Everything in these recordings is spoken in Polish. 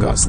Newcastle.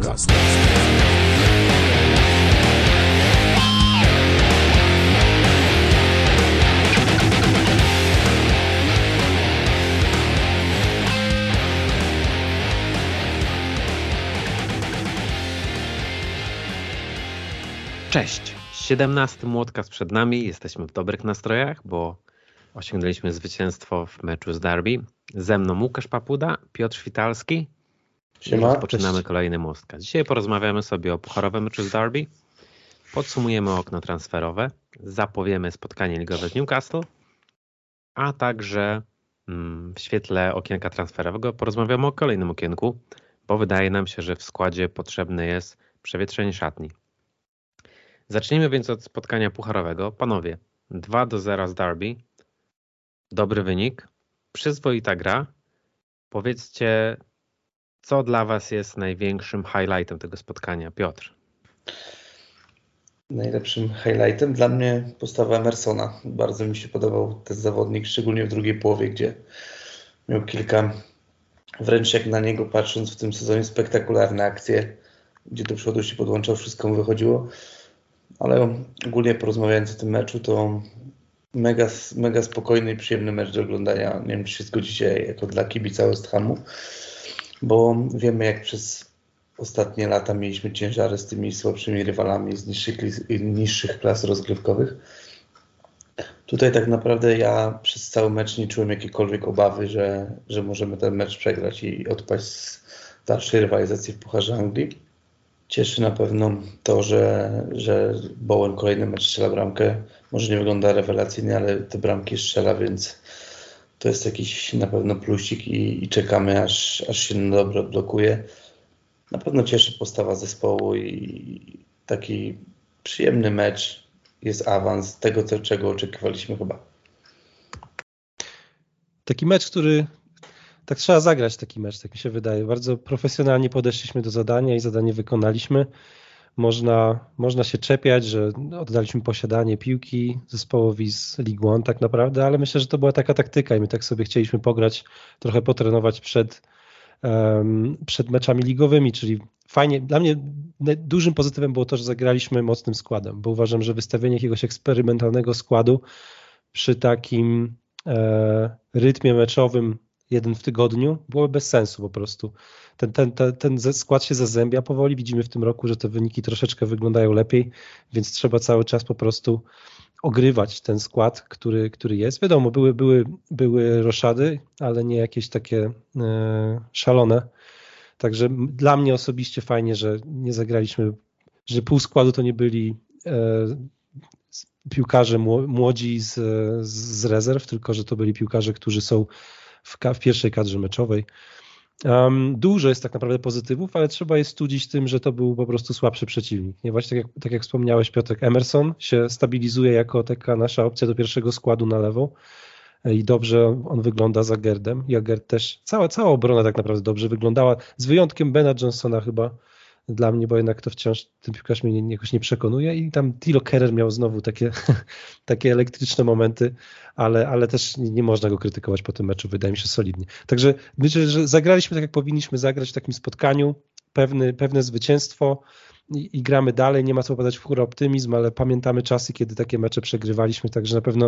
Cześć! 17 młotka przed nami. Jesteśmy w dobrych nastrojach, bo osiągnęliśmy zwycięstwo w meczu z Derby. Ze mną Łukasz Papuda, Piotr Świtalski. Siema. Rozpoczynamy kolejny mostka. Dzisiaj porozmawiamy sobie o pucharowym meczu z Derby. Podsumujemy okno transferowe. Zapowiemy spotkanie ligowe z Newcastle. A także w świetle okienka transferowego porozmawiamy o kolejnym okienku, bo wydaje nam się, że w składzie potrzebne jest przewietrzenie szatni. Zacznijmy więc od spotkania pucharowego. Panowie, 2-0 z Derby. Dobry wynik. Przyzwoita gra. Powiedzcie, co dla was jest największym highlightem tego spotkania? Piotr. Najlepszym highlightem dla mnie postawa Emersona. Bardzo mi się podobał ten zawodnik, szczególnie w drugiej połowie, gdzie miał kilka, wręcz jak na niego patrząc w tym sezonie, spektakularne akcje, gdzie do przodu się podłączał, wszystko mu wychodziło. Ale ogólnie porozmawiając o tym meczu, to mega spokojny i przyjemny mecz do oglądania. Nie wiem, czy się zgodzicie, jako dla kibica West Hamu, bo wiemy, jak przez ostatnie lata mieliśmy ciężary z tymi słabszymi rywalami z niższych klas rozgrywkowych. Tutaj tak naprawdę ja przez cały mecz nie czułem jakiejkolwiek obawy, że możemy ten mecz przegrać i odpaść z dalszej rywalizacji w Pucharze Anglii. Cieszy na pewno to, że Bowen kolejny mecz strzela bramkę. Może nie wygląda rewelacyjnie, ale te bramki strzela, więc to jest jakiś na pewno plusik i czekamy, aż się na dobre odblokuje. Na pewno cieszy postawa zespołu i taki przyjemny mecz, jest awans tego, czego oczekiwaliśmy chyba. Taki mecz, który tak trzeba zagrać, taki mecz, tak mi się wydaje. Bardzo profesjonalnie podeszliśmy do zadania i zadanie wykonaliśmy. Można się czepiać, że oddaliśmy posiadanie piłki zespołowi z League One tak naprawdę, ale myślę, że to była taka taktyka i my tak sobie chcieliśmy pograć, trochę potrenować przed meczami ligowymi, czyli fajnie. Dla mnie dużym pozytywem było to, że zagraliśmy mocnym składem, bo uważam, że wystawienie jakiegoś eksperymentalnego składu przy takim rytmie meczowym jeden w tygodniu byłoby bez sensu po prostu. Ten skład się zazębia powoli. Widzimy w tym roku, że te wyniki troszeczkę wyglądają lepiej, więc trzeba cały czas po prostu ogrywać ten skład, który jest. Wiadomo, były roszady, ale nie jakieś takie szalone. Także dla mnie osobiście fajnie, że nie zagraliśmy, że pół składu to nie byli piłkarze młodzi z rezerw, tylko że to byli piłkarze, którzy są w pierwszej kadrze meczowej. Dużo jest tak naprawdę pozytywów, ale trzeba je studzić tym, że to był po prostu słabszy przeciwnik. Nie, właśnie tak jak wspomniałeś, Piotrek, Emerson się stabilizuje jako taka nasza opcja do pierwszego składu na lewą i dobrze on wygląda za Gerdem. Gerd też, cała obrona tak naprawdę dobrze wyglądała, z wyjątkiem Bena Johnsona chyba dla mnie, bo jednak to wciąż ten piłkarz mnie jakoś nie przekonuje i tam Thilo Kehrer miał znowu takie elektryczne momenty, ale też nie można go krytykować po tym meczu, wydaje mi się solidnie. Także myślę, że zagraliśmy tak, jak powinniśmy zagrać w takim spotkaniu, pewne zwycięstwo i gramy dalej, nie ma co popadać w hura optymizm, ale pamiętamy czasy, kiedy takie mecze przegrywaliśmy, także na pewno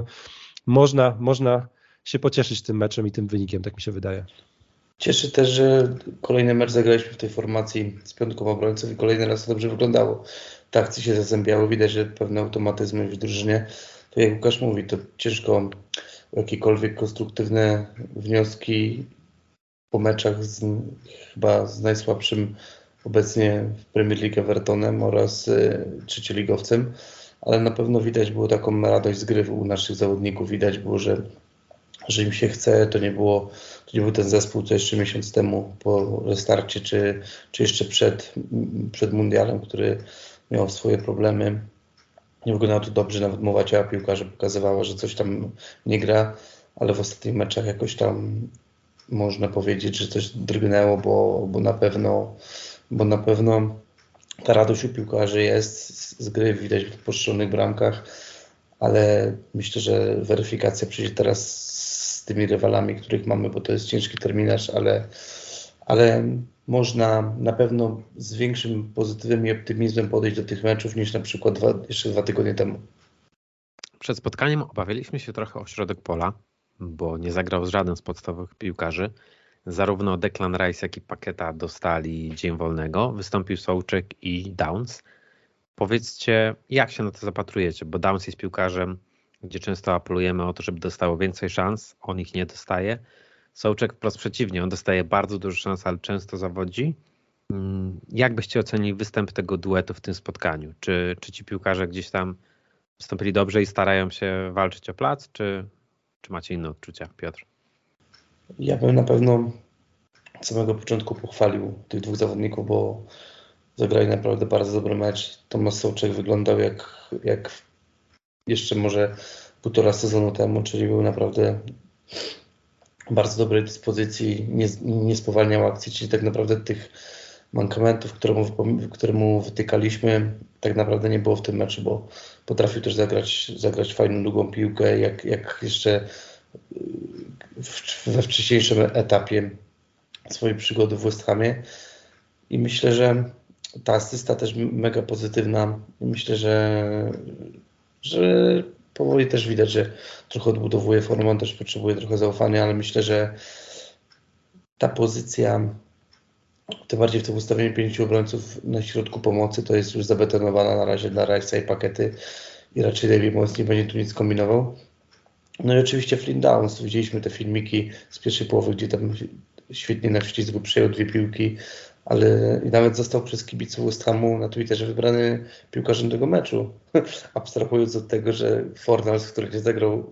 można się pocieszyć tym meczem i tym wynikiem, tak mi się wydaje. Cieszy też, że kolejny mecz zagraliśmy w tej formacji z piątką obrońców i kolejny raz to dobrze wyglądało. Te akcje się zazębiały, widać, że pewne automatyzmy w drużynie. To jak Łukasz mówi, to ciężko o jakiekolwiek konstruktywne wnioski po meczach chyba z najsłabszym obecnie w Premier League Evertonem oraz trzecioligowcem, ale na pewno widać było taką radość z gry u naszych zawodników. Widać było, że im się chce, to nie był ten zespół, co jeszcze miesiąc temu po restarcie, czy jeszcze przed mundialem, który miał swoje problemy. Nie wyglądało to dobrze, nawet mowa ciała piłkarza pokazywała, że coś tam nie gra, ale w ostatnich meczach jakoś tam można powiedzieć, że coś drgnęło, bo na pewno ta radość u piłkarzy jest z gry, widać w poszczelonych bramkach, ale myślę, że weryfikacja przyjdzie teraz z tymi rywalami, których mamy, bo to jest ciężki terminarz, ale można na pewno z większym pozytywem i optymizmem podejść do tych meczów niż na przykład jeszcze 2 tygodnie temu. Przed spotkaniem obawialiśmy się trochę o środek pola, bo nie zagrał żaden z podstawowych piłkarzy. Zarówno Declan Rice, jak i Paqueta dostali dzień wolnego. Wystąpił Souček i Downs. Powiedzcie, jak się na to zapatrujecie, bo Downs jest piłkarzem, gdzie często apelujemy o to, żeby dostało więcej szans, on ich nie dostaje. Souček wprost przeciwnie, on dostaje bardzo dużo szans, ale często zawodzi. Jak byście ocenili występ tego duetu w tym spotkaniu? Czy ci piłkarze gdzieś tam wystąpili dobrze i starają się walczyć o plac, czy macie inne odczucia, Piotr? Ja bym na pewno od samego początku pochwalił tych 2 zawodników, bo zagrali naprawdę bardzo dobry mecz. Tomasz Souček wyglądał jak jeszcze może 1,5 sezonu temu, czyli był naprawdę w bardzo dobrej dyspozycji, nie spowalniał akcji, czyli tak naprawdę tych mankamentów, które mu wytykaliśmy, tak naprawdę nie było w tym meczu, bo potrafił też zagrać fajną, długą piłkę, jak jeszcze we wcześniejszym etapie swojej przygody w West Hamie. I myślę, że ta asysta też mega pozytywna. I myślę, że powoli też widać, że trochę odbudowuje formę, on też potrzebuje trochę zaufania, ale myślę, że ta pozycja, tym bardziej w tym ustawieniu 5 obrońców na środku pomocy, to jest już zabetonowana na razie dla Rice'a i Paquety i raczej David Moyes nie będzie tu nic kombinował. No i oczywiście Flynn Downs, widzieliśmy te filmiki z pierwszej połowy, gdzie tam świetnie na ślizgu przejął 2 piłki, ale nawet został przez kibiców West Hamu na Twitterze wybrany piłkarzem tego meczu. Abstrahując od tego, że Fornals, który nie zagrał,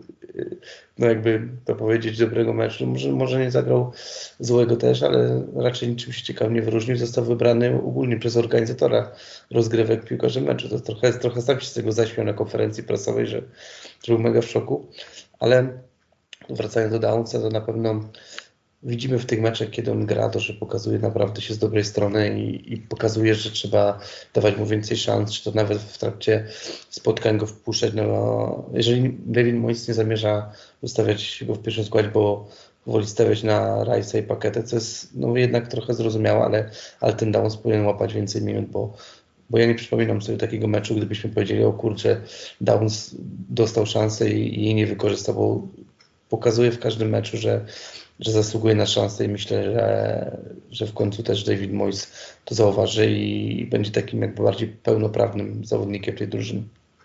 no jakby to powiedzieć, dobrego meczu, może nie zagrał złego też, ale raczej niczym się ciekawym nie wyróżnił, został wybrany ogólnie przez organizatora rozgrywek piłkarzem meczu. To trochę sam się z tego zaśmiał na konferencji prasowej, że był mega w szoku, ale wracając do Downsa, to na pewno widzimy w tych meczach, kiedy on gra, to że pokazuje naprawdę się z dobrej strony i pokazuje, że trzeba dawać mu więcej szans, czy to nawet w trakcie spotkań go wpuszczać. No, jeżeli David Moyes nie zamierza ustawiać go w pierwszym składzie, bo woli stawiać na Rice'a i Paquetę, co jest no, jednak trochę zrozumiałe, ale ten Downs powinien łapać więcej minut, bo ja nie przypominam sobie takiego meczu, gdybyśmy powiedzieli, o kurczę, Downs dostał szansę i jej nie wykorzystał, bo pokazuje w każdym meczu, że zasługuje na szansę i myślę, że w końcu też David Moyes to zauważy i będzie takim jakby bardziej pełnoprawnym zawodnikiem tej drużyny.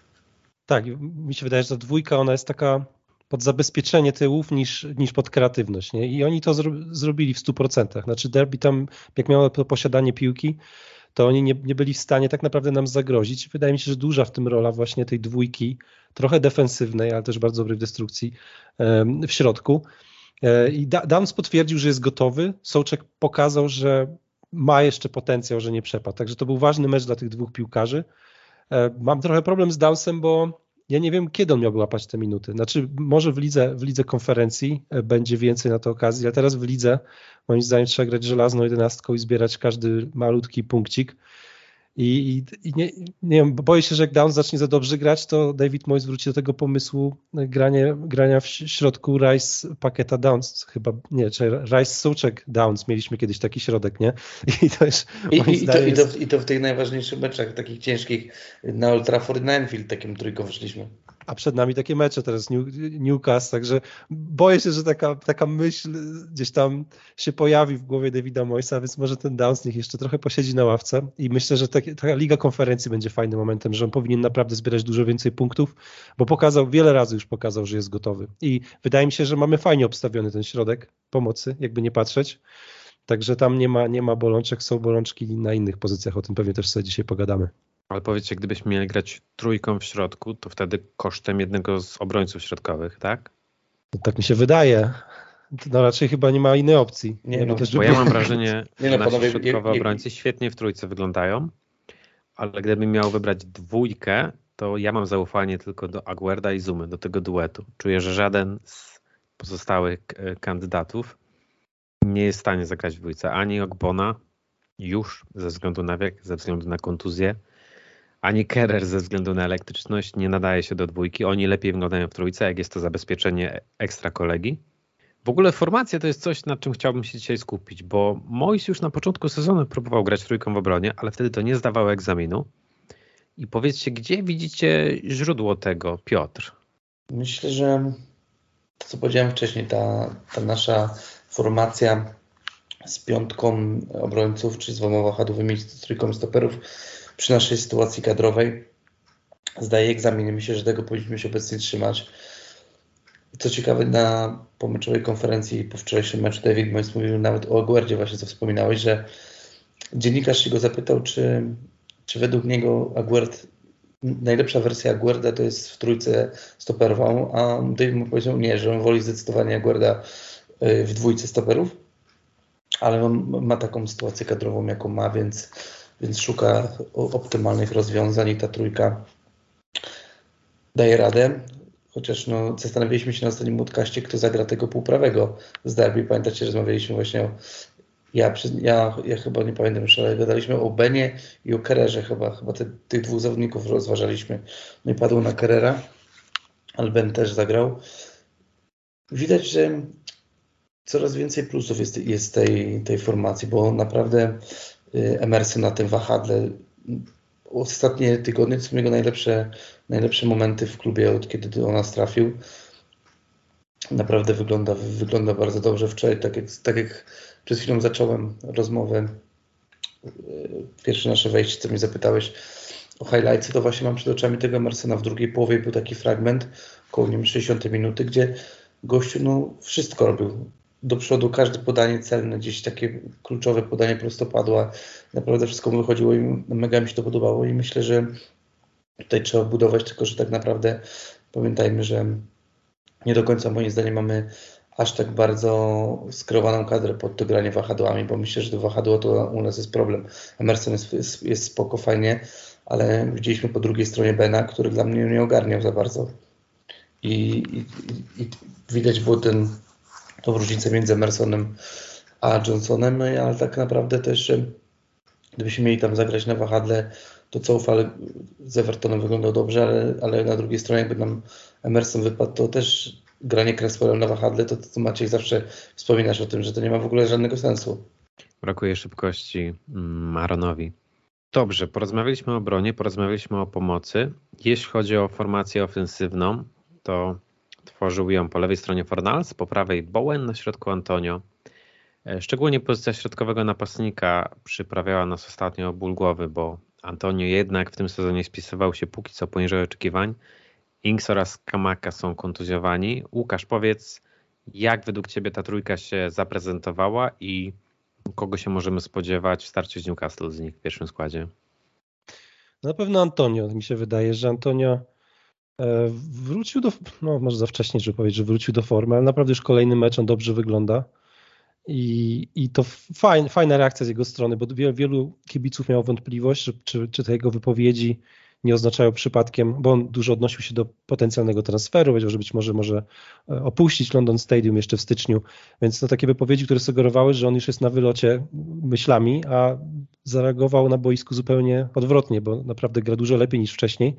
Tak, mi się wydaje, że ta 2 ona jest taka pod zabezpieczenie tyłów niż pod kreatywność. Nie? I oni to zrobili w 100%. Znaczy Derby tam, jak miało to posiadanie piłki, to oni nie byli w stanie tak naprawdę nam zagrozić. Wydaje mi się, że duża w tym rola właśnie tej 2, trochę defensywnej, ale też bardzo dobrej w destrukcji w środku. I Downs potwierdził, że jest gotowy. Souček pokazał, że ma jeszcze potencjał, że nie przepadł. Także to był ważny mecz dla tych 2 piłkarzy. Mam trochę problem z Downsem, bo ja nie wiem, kiedy on miałby łapać te minuty. Znaczy, może w lidze konferencji będzie więcej na to okazji, ale teraz w lidze moim zdaniem trzeba grać żelazną 11 i zbierać każdy malutki punkcik. I nie wiem, boję się, że jak Downs zacznie za dobrze grać, to David Moyes wróci do tego pomysłu grania w środku Rice, Paqueta, Downs. Chyba nie, czy Rice, Souček, Downs. Mieliśmy kiedyś taki środek, nie? I to już I to w tych najważniejszych meczach, takich ciężkich na Old Trafford, na Anfield, takim trójką wyszliśmy. A przed nami takie mecze teraz, Newcastle, także boję się, że taka myśl gdzieś tam się pojawi w głowie Davida Moyesa, więc może ten Downs niech jeszcze trochę posiedzi na ławce i myślę, że taka Liga Konferencji będzie fajnym momentem, że on powinien naprawdę zbierać dużo więcej punktów, bo wiele razy już pokazał, że jest gotowy i wydaje mi się, że mamy fajnie obstawiony ten środek pomocy, jakby nie patrzeć, także tam nie ma bolączek, są bolączki na innych pozycjach, o tym pewnie też sobie dzisiaj pogadamy. Ale powiedzcie, gdybyśmy mieli grać 3 w środku, to wtedy kosztem jednego z obrońców środkowych, tak? No, tak mi się wydaje. No raczej chyba nie ma innej opcji. Bo ja mam wrażenie, że nasi środkowe obrońcy świetnie w 3 wyglądają, ale gdybym miał wybrać 2, to ja mam zaufanie tylko do Aguerda i Zumy, do tego duetu. Czuję, że żaden z pozostałych kandydatów nie jest w stanie zagrać w 2. Ani Ogbonna już ze względu na wiek, ze względu na kontuzję, ani Kerrer ze względu na elektryczność nie nadaje się do 2. Oni lepiej wyglądają w 3, jak jest to zabezpieczenie ekstra kolegi. W ogóle formacja to jest coś, nad czym chciałbym się dzisiaj skupić, bo Moyes już na początku sezonu próbował grać trójką w obronie, ale wtedy to nie zdawało egzaminu. I powiedzcie, gdzie widzicie źródło tego, Piotr? Myślę, że to, co powiedziałem wcześniej, ta nasza formacja z piątką obrońców, czy z dwoma wahadowymi, z trójką stoperów przy naszej sytuacji kadrowej zdaje egzamin. Myślę, że tego powinniśmy się obecnie trzymać. Co ciekawe, na pomeczowej konferencji po wczorajszym meczu David Moyes mówił nawet o Aguerdzie, właśnie co wspominałeś, że dziennikarz się go zapytał, czy według niego Aguerd, najlepsza wersja Aguerda to jest w trójce stoperową, a David mu powiedział nie, że on woli zdecydowanie Aguerda w dwójce stoperów, ale on ma taką sytuację kadrową, jaką ma, więc szuka optymalnych rozwiązań i ta trójka daje radę. Chociaż zastanawialiśmy się na ostatnim podcaście, kto zagra tego półprawego z derby. Pamiętacie, rozmawialiśmy właśnie ja chyba nie pamiętam już, ale gadaliśmy o Benie i o Kerrerze chyba tych dwóch zawodników rozważaliśmy. No i padło na Kerrera, ale Ben też zagrał. Widać, że coraz więcej plusów jest tej formacji, bo naprawdę Emerson na tym wahadle ostatnie tygodnie to są jego najlepsze momenty w klubie, od kiedy do nas trafił. Naprawdę wygląda bardzo dobrze. Wczoraj, tak jak przed chwilą zacząłem rozmowę, pierwsze nasze wejście, co mnie zapytałeś o highlights, to właśnie mam przed oczami tego Emersona. W drugiej połowie był taki fragment, około 60 minuty, gdzie gościu wszystko robił. Do przodu każde podanie celne, gdzieś takie kluczowe podanie prostopadła. Naprawdę wszystko mu wychodziło i mega mi się to podobało i myślę, że tutaj trzeba budować, tylko że tak naprawdę pamiętajmy, że nie do końca moim zdaniem mamy aż tak bardzo skierowaną kadrę pod to granie wahadłami, bo myślę, że to wahadło to u nas jest problem. Emerson jest spoko, fajnie, ale widzieliśmy po drugiej stronie Bena, który dla mnie nie ogarniał za bardzo. I widać było tą różnicę między Emersonem a Johnsonem, no ale tak naprawdę też gdybyśmy mieli tam zagrać na wahadle, to Coufal z Evertonem wyglądał dobrze, ale na drugiej stronie jakby nam Emerson wypadł, to też granie Cresswellem na wahadle, to Maciej zawsze wspominasz o tym, że to nie ma w ogóle żadnego sensu. Brakuje szybkości Aaronowi. Dobrze, porozmawialiśmy o obronie, porozmawialiśmy o pomocy. Jeśli chodzi o formację ofensywną, to tworzył ją po lewej stronie Fornals, po prawej Bowen, na środku Antonio. Szczególnie pozycja środkowego napastnika przyprawiała nas ostatnio o ból głowy, bo Antonio jednak w tym sezonie spisywał się póki co poniżej oczekiwań. Ings oraz Kamaka są kontuzjowani. Łukasz, powiedz, jak według Ciebie ta trójka się zaprezentowała i kogo się możemy spodziewać w starciu z Newcastle z nich w pierwszym składzie? Na pewno Antonio. Mi się wydaje, że Antonio wrócił może za wcześnie, żeby powiedzieć, że wrócił do formy, ale naprawdę już kolejny mecz on dobrze wygląda. I to fajna reakcja z jego strony, bo wielu kibiców miało wątpliwość, czy te jego wypowiedzi nie oznaczają przypadkiem, bo on dużo odnosił się do potencjalnego transferu, powiedział, że być może opuścić London Stadium jeszcze w styczniu, więc takie wypowiedzi, które sugerowały, że on już jest na wylocie myślami, a zareagował na boisku zupełnie odwrotnie, bo naprawdę gra dużo lepiej niż wcześniej.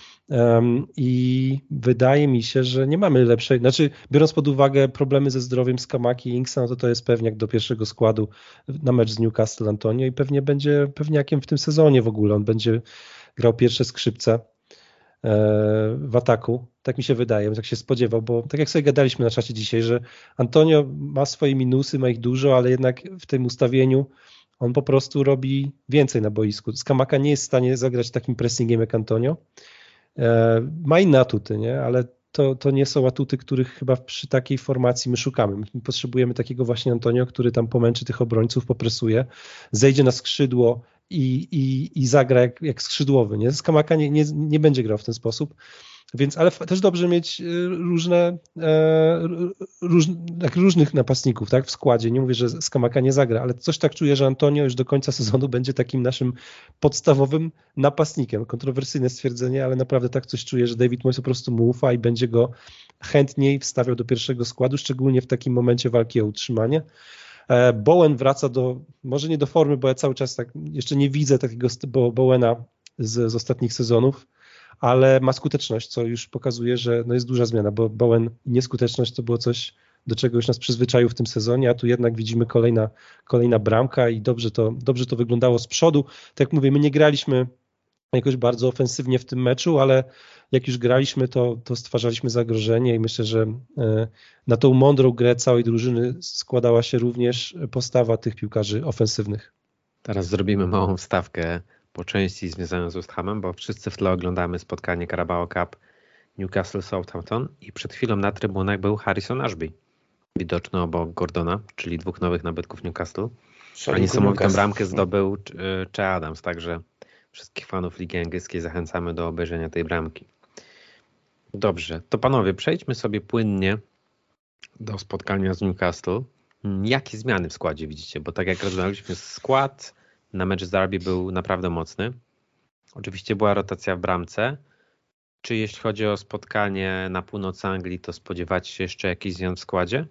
I wydaje mi się, że nie mamy lepszej, biorąc pod uwagę problemy ze zdrowiem Skamaki i Inksa, no to jest pewniak do pierwszego składu na mecz z Newcastle Antonio i pewnie będzie pewniakiem w tym sezonie w ogóle, on będzie grał pierwsze skrzypce w ataku, tak mi się wydaje, tak się spodziewał, bo tak jak sobie gadaliśmy na czacie dzisiaj, że Antonio ma swoje minusy, ma ich dużo, ale jednak w tym ustawieniu on po prostu robi więcej na boisku. Skamaka nie jest w stanie zagrać takim pressingiem jak Antonio. Ma inne atuty, nie? Ale to nie są atuty, których chyba przy takiej formacji my szukamy. My potrzebujemy takiego właśnie Antonio, który tam pomęczy tych obrońców, popresuje, zejdzie na skrzydło i zagra jak skrzydłowy. Nie? Skamaka nie będzie grał w ten sposób. Więc, ale też dobrze mieć różnych napastników, tak, w składzie. Nie mówię, że Skamaka nie zagra, ale coś tak czuję, że Antonio już do końca sezonu będzie takim naszym podstawowym napastnikiem. Kontrowersyjne stwierdzenie, ale naprawdę tak coś czuję, że David Moyes po prostu mu ufa i będzie go chętniej wstawiał do pierwszego składu, szczególnie w takim momencie walki o utrzymanie. Bowen wraca może nie do formy, bo ja cały czas tak jeszcze nie widzę takiego Bowena z ostatnich sezonów, ale ma skuteczność, co już pokazuje, że jest duża zmiana, bo Bowen i nieskuteczność to było coś do czego już nas przyzwyczaił w tym sezonie, a tu jednak widzimy kolejna bramka i dobrze to wyglądało z przodu. Tak jak mówię, my nie graliśmy jakoś bardzo ofensywnie w tym meczu, ale jak już graliśmy, to stwarzaliśmy zagrożenie i myślę, że na tą mądrą grę całej drużyny składała się również postawa tych piłkarzy ofensywnych. Teraz zrobimy małą wstawkę po części związaną z West Hamem, bo wszyscy w tle oglądamy spotkanie Carabao Cup Newcastle Southampton i przed chwilą na trybunach był Harrison Ashby, widoczny obok Gordona, czyli dwóch nowych nabytków Newcastle. A niesamowitą bramkę zdobył Che Adams, także wszystkich fanów Ligi Angielskiej zachęcamy do obejrzenia tej bramki. Dobrze, to panowie, przejdźmy sobie płynnie do spotkania z Newcastle. Jakie zmiany w składzie widzicie? Bo tak jak rozmawialiśmy, skład na mecz z Derby był naprawdę mocny. Oczywiście była rotacja w bramce. Czy jeśli chodzi o spotkanie na północy Anglii, to spodziewacie się jeszcze jakichś zmian w składzie?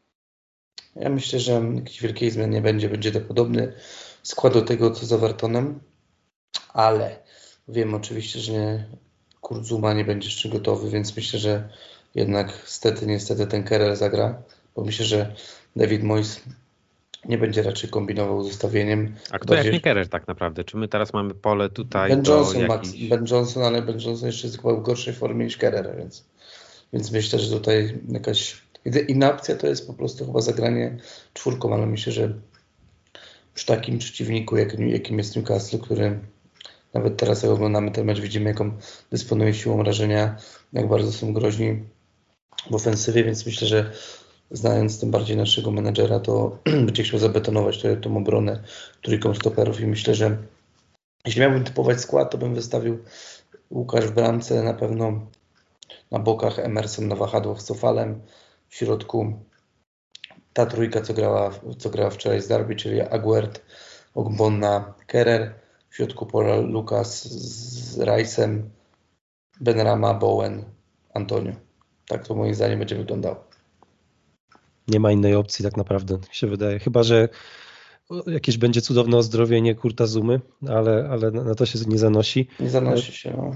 Ja myślę, że jakiejś wielkiej zmian nie będzie. Będzie to podobny skład do tego, co z Evertonem, ale wiem oczywiście, że Kurt Zouma nie będzie jeszcze gotowy, więc myślę, że jednak niestety ten Kerrer zagra, bo myślę, że David Moyes nie będzie raczej kombinował z ustawieniem. A kto jak nie Kerrer tak naprawdę? Czy my teraz mamy pole tutaj Ben do Johnson, jakichś... Ben Johnson, ale Ben Johnson jeszcze jest chyba w gorszej formie niż Kerrer, więc myślę, że tutaj jakaś inna opcja to jest po prostu chyba zagranie czwórką, ale myślę, że przy takim przeciwniku, jakim jest Newcastle, który nawet teraz jak oglądamy ten mecz, widzimy jaką dysponuje siłą rażenia, jak bardzo są groźni w ofensywie, więc myślę, że znając tym bardziej naszego menedżera, to będzie chciał zabetonować tą obronę trójką stoperów i myślę, że jeśli miałbym typować skład, to bym wystawił Łukasz w bramce, na pewno na bokach Emerson na wahadłach z Sofalem, w środku ta trójka, co grała wczoraj z Derby, czyli Aguerd, Ogbonna, Kerrer, w środku pola Lucas z Rice'em, Benrahma, Bowen, Antonio. Tak to moim zdaniem będzie wyglądało. Nie ma innej opcji tak naprawdę, mi się wydaje. Chyba że jakieś będzie cudowne ozdrowienie Kurta Zoumy, ale na to się nie zanosi. Nie zanosi się, no.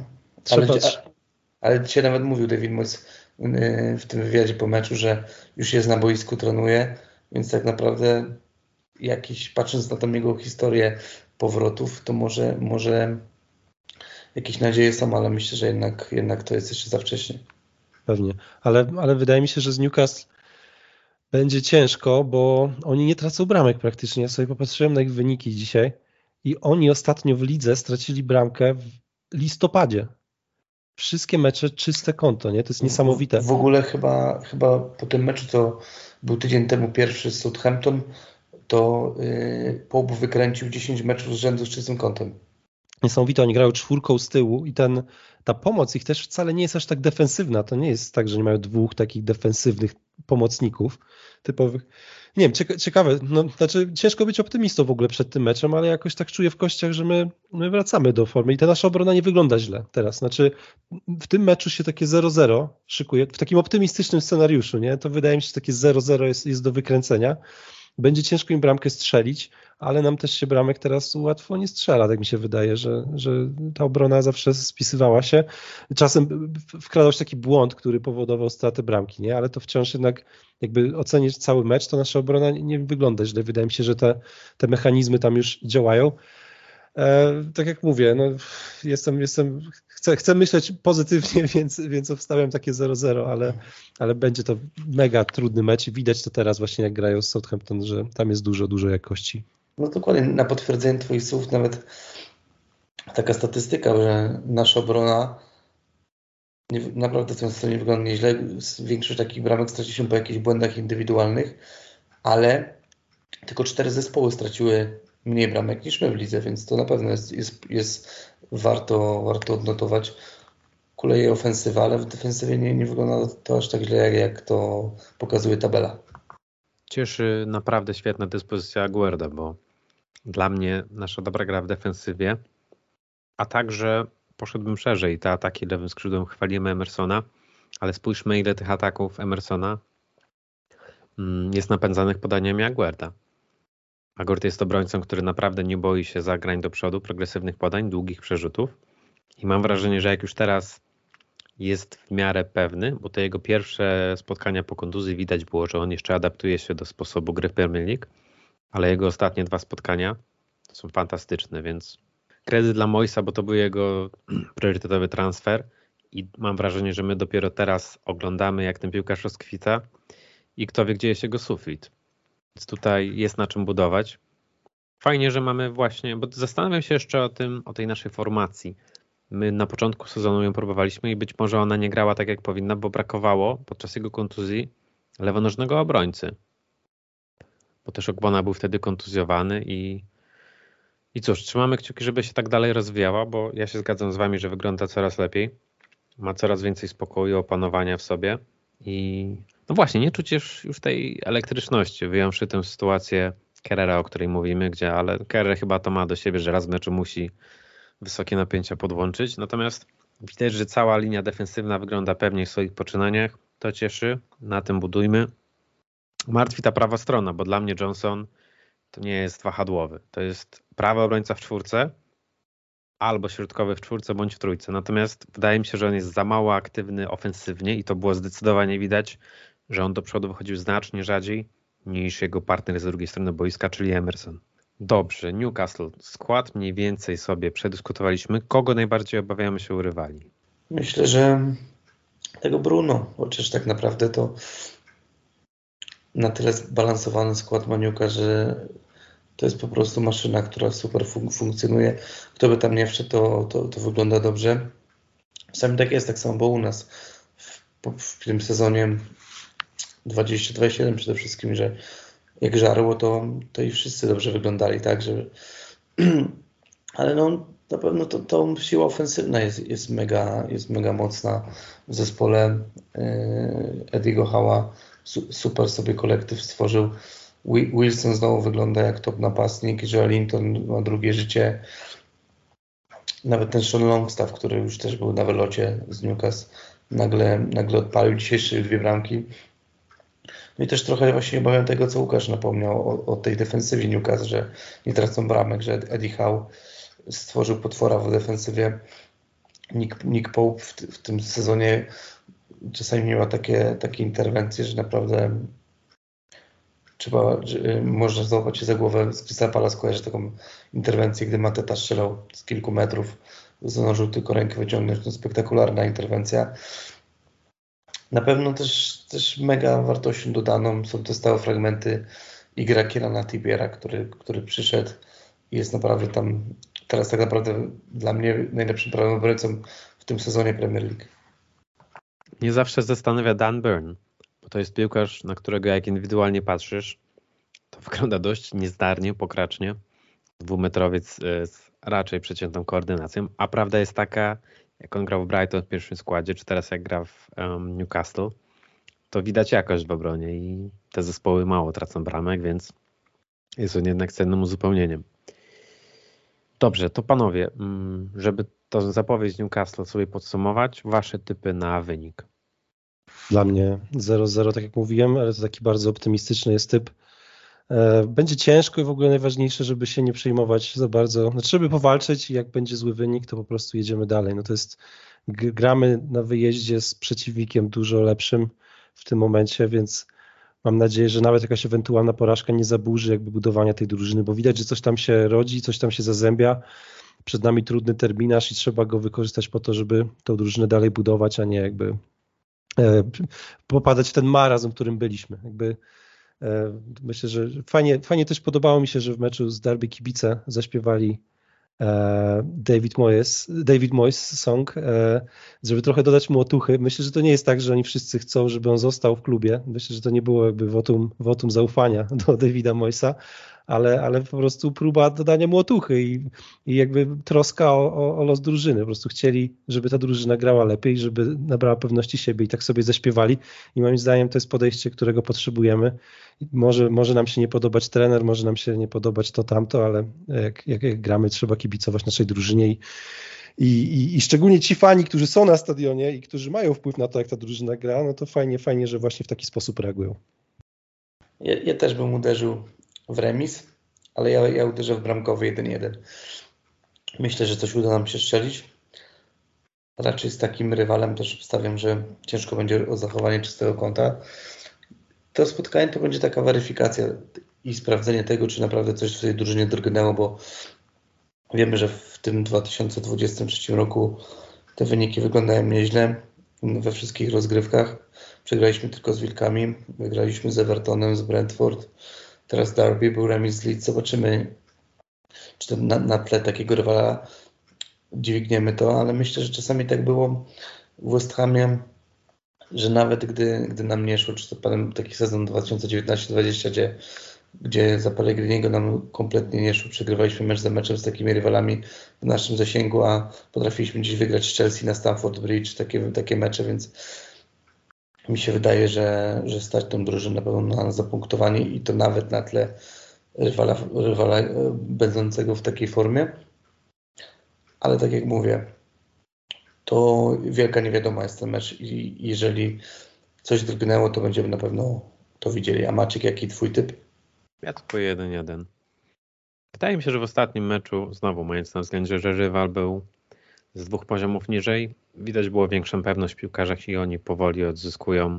Ale dzisiaj nawet mówił David Moyes w tym wywiadzie po meczu, że już jest na boisku, trenuje, więc tak naprawdę patrząc na tą jego historię powrotów, to może jakieś nadzieje są, ale myślę, że jednak to jest jeszcze za wcześnie. Pewnie, ale wydaje mi się, że z Newcastle będzie ciężko, bo oni nie tracą bramek praktycznie. Ja sobie popatrzyłem na ich wyniki dzisiaj i oni ostatnio w lidze stracili bramkę w listopadzie. Wszystkie mecze czyste konto, nie? To jest niesamowite. W ogóle chyba po tym meczu, co był tydzień temu pierwszy z Southampton, to Pope wykręcił 10 meczów z rzędu z czystym kątem. Niesamowite, oni grają czwórką z tyłu i ta pomoc ich też wcale nie jest aż tak defensywna. To nie jest tak, że nie mają dwóch takich defensywnych pomocników typowych. Nie wiem, ciekawe. No, znaczy ciężko być optymistą w ogóle przed tym meczem, ale jakoś tak czuję w kościach, że my wracamy do formy i ta nasza obrona nie wygląda źle teraz. Znaczy w tym meczu się takie 0-0 szykuje, w takim optymistycznym scenariuszu, nie? To wydaje mi się, że takie 0-0 jest do wykręcenia. Będzie ciężko im bramkę strzelić, ale nam też się bramek teraz łatwo nie strzela. Tak mi się wydaje, że ta obrona zawsze spisywała się. Czasem wkradał się taki błąd, który powodował stratę bramki, nie? Ale to wciąż jednak jakby ocenić cały mecz, to nasza obrona nie wygląda źle. Wydaje mi się, że te mechanizmy tam już działają. Tak jak mówię, no chcę myśleć pozytywnie, więc obstawiam takie 0-0, ale będzie to mega trudny mecz i widać to teraz właśnie jak grają z Southampton, że tam jest dużo jakości. No dokładnie, na potwierdzenie twoich słów nawet taka statystyka, że nasza obrona naprawdę często nie wygląda nieźle. Większość takich bramek straci się po jakichś błędach indywidualnych, ale tylko 4 zespoły straciły mniej bramek niż my w lidze, więc to na pewno jest warto odnotować. Kuleje ofensywa, ale w defensywie nie wygląda to aż tak źle, jak to pokazuje tabela. Cieszy naprawdę świetna dyspozycja Aguerda, bo dla mnie nasza dobra gra w defensywie, a także poszedłbym szerzej. Te ataki lewym skrzydłem chwalimy Emersona, ale spójrzmy, ile tych ataków Emersona jest napędzanych podaniami Aguerda. Aguerd jest obrońcą, który naprawdę nie boi się zagrań do przodu, progresywnych podań, długich przerzutów i mam wrażenie, że jak już teraz jest w miarę pewny, bo te jego pierwsze spotkania po kontuzji widać było, że on jeszcze adaptuje się do sposobu gry w Premier League, ale jego ostatnie 2 spotkania są fantastyczne, więc kredyt dla Moyesa, bo to był jego priorytetowy transfer i mam wrażenie, że my dopiero teraz oglądamy, jak ten piłkarz rozkwita i kto wie, gdzie jest jego sufit. Więc tutaj jest na czym budować. Fajnie, że mamy właśnie, bo zastanawiam się jeszcze o tej naszej formacji. My na początku sezonu ją próbowaliśmy i być może ona nie grała tak, jak powinna, bo brakowało podczas jego kontuzji lewonożnego obrońcy. Bo też Ogbonna był wtedy kontuzjowany i cóż, trzymamy kciuki, żeby się tak dalej rozwijała, bo ja się zgadzam z wami, że wygląda coraz lepiej. Ma coraz więcej spokoju, opanowania w sobie i no właśnie, nie czuć już tej elektryczności, wyjąwszy tę sytuację Kerrera, o której mówimy, ale Kerrer chyba to ma do siebie, że raz w meczu musi wysokie napięcia podłączyć. Natomiast widać, że cała linia defensywna wygląda pewniej w swoich poczynaniach. To cieszy, na tym budujmy. Martwi ta prawa strona, bo dla mnie Johnson to nie jest wahadłowy. To jest prawy obrońca w 4 albo środkowy w 4 bądź w 3. Natomiast wydaje mi się, że on jest za mało aktywny ofensywnie i to było zdecydowanie widać, że on do przodu wychodził znacznie rzadziej niż jego partner z drugiej strony boiska, czyli Emerson. Dobrze, Newcastle. Skład mniej więcej sobie przedyskutowaliśmy. Kogo najbardziej obawiamy się u rywali? Myślę, że tego Bruno, chociaż tak naprawdę to na tyle zbalansowany skład ma Newcastle, że to jest po prostu maszyna, która super funkcjonuje. Kto by tam nie wszedł, to wygląda dobrze. Czasami tak jest, tak samo było u nas w tym sezonie 20-27 przede wszystkim, że jak żarło, to i wszyscy dobrze wyglądali, tak, że ale no na pewno to siła ofensywna jest mega mocna w zespole Ediego Howe'a. Super sobie kolektyw stworzył. Wilson znowu wygląda jak top napastnik, Joelinton ma drugie życie. Nawet ten Sean Longstaff, który już też był na wylocie z Newcastle, nagle odpalił. Dzisiaj strzelił 2 bramki. No i też trochę właśnie obawiam tego, co Łukasz napomniał o tej defensywie Newcastle, że nie tracą bramek, że Eddie Howe stworzył potwora w defensywie. Nick Pope w tym sezonie czasami miała takie interwencje, że naprawdę można złapać się za głowę. Z Crystal Palace kojarzę taką interwencję, gdy Mateta strzelał z kilku metrów, zdążył tylko rękę wyciągnąć. No, spektakularna interwencja. Na pewno też mega wartością dodaną są te stałe fragmenty Igra Kierana Trippiera, który przyszedł i jest naprawdę tam teraz tak naprawdę dla mnie najlepszym prawym obrońcą w tym sezonie Premier League. Mnie zawsze zastanawia Dan Burn, bo to jest piłkarz, na którego jak indywidualnie patrzysz, to wygląda dość niezdarnie, pokracznie. 2-metrowiec z raczej przeciętną koordynacją, a prawda jest taka, jak on grał w Brighton w pierwszym składzie, czy teraz jak gra w Newcastle, to widać jakość w obronie i te zespoły mało tracą bramek, więc jest on jednak cennym uzupełnieniem. Dobrze, to panowie, żeby to zapowiedź Newcastle sobie podsumować, wasze typy na wynik. Dla mnie 0-0, tak jak mówiłem, ale to taki bardzo optymistyczny jest typ. Będzie ciężko i w ogóle najważniejsze, żeby się nie przejmować za bardzo. Znaczy, żeby powalczyć i jak będzie zły wynik, to po prostu jedziemy dalej. No to jest, gramy na wyjeździe z przeciwnikiem dużo lepszym w tym momencie, więc mam nadzieję, że nawet jakaś ewentualna porażka nie zaburzy jakby budowania tej drużyny, bo widać, że coś tam się rodzi, coś tam się zazębia. Przed nami trudny terminarz i trzeba go wykorzystać po to, żeby tą drużynę dalej budować, a nie jakby popadać w ten marazm, w którym byliśmy. Jakby myślę, że fajnie też podobało mi się, że w meczu z Derby kibice zaśpiewali David Moyes song, żeby trochę dodać mu otuchy. Myślę, że to nie jest tak, że oni wszyscy chcą, żeby on został w klubie. Myślę, że to nie było jakby wotum zaufania do Davida Moyesa, ale po prostu próba dodania mu otuchy i jakby troska o los drużyny. Po prostu chcieli, żeby ta drużyna grała lepiej, żeby nabrała pewności siebie i tak sobie zaśpiewali. I moim zdaniem to jest podejście, którego potrzebujemy. Może nam się nie podobać trener, może nam się nie podobać to tamto, ale jak gramy, trzeba kibicować naszej drużynie i szczególnie ci fani, którzy są na stadionie i którzy mają wpływ na to, jak ta drużyna gra, no to fajnie, że właśnie w taki sposób reagują. Ja też bym uderzył w remis, ale ja uderzę w bramkowy 1-1. Myślę, że coś uda nam się strzelić. raczej z takim rywalem też obstawiam, że ciężko będzie o zachowanie czystego konta. To spotkanie to będzie taka weryfikacja i sprawdzenie tego, czy naprawdę coś w tej drużynie drgnęło, bo wiemy, że w tym 2023 roku te wyniki wyglądają nieźle we wszystkich rozgrywkach. Przegraliśmy tylko z Wilkami, wygraliśmy z Evertonem, z Brentford, teraz Derby, był remis z Leeds. Zobaczymy, czy to na tle takiego rywala dźwigniemy to, ale myślę, że czasami tak było w West Hamie, że nawet gdy nam nie szło, czy to taki sezon 2019-2020, gdzie za Pellegriniego nam kompletnie nie szło, przegrywaliśmy mecz za meczem z takimi rywalami w naszym zasięgu, a potrafiliśmy dziś wygrać z Chelsea na Stamford Bridge, takie mecze, więc mi się wydaje, że stać tą drużynę na pewno na zapunktowanie i to nawet na tle rywala będącego w takiej formie. Ale tak jak mówię, to wielka niewiadoma jest ten mecz i jeżeli coś drgnęło, to będziemy na pewno to widzieli. A Maciek, jaki twój typ? Ja tylko 1-1. Wydaje mi się, że w ostatnim meczu, znowu mając na względzie, że rywal był z 2 poziomów niżej, widać było większą pewność w piłkarzach i oni powoli odzyskują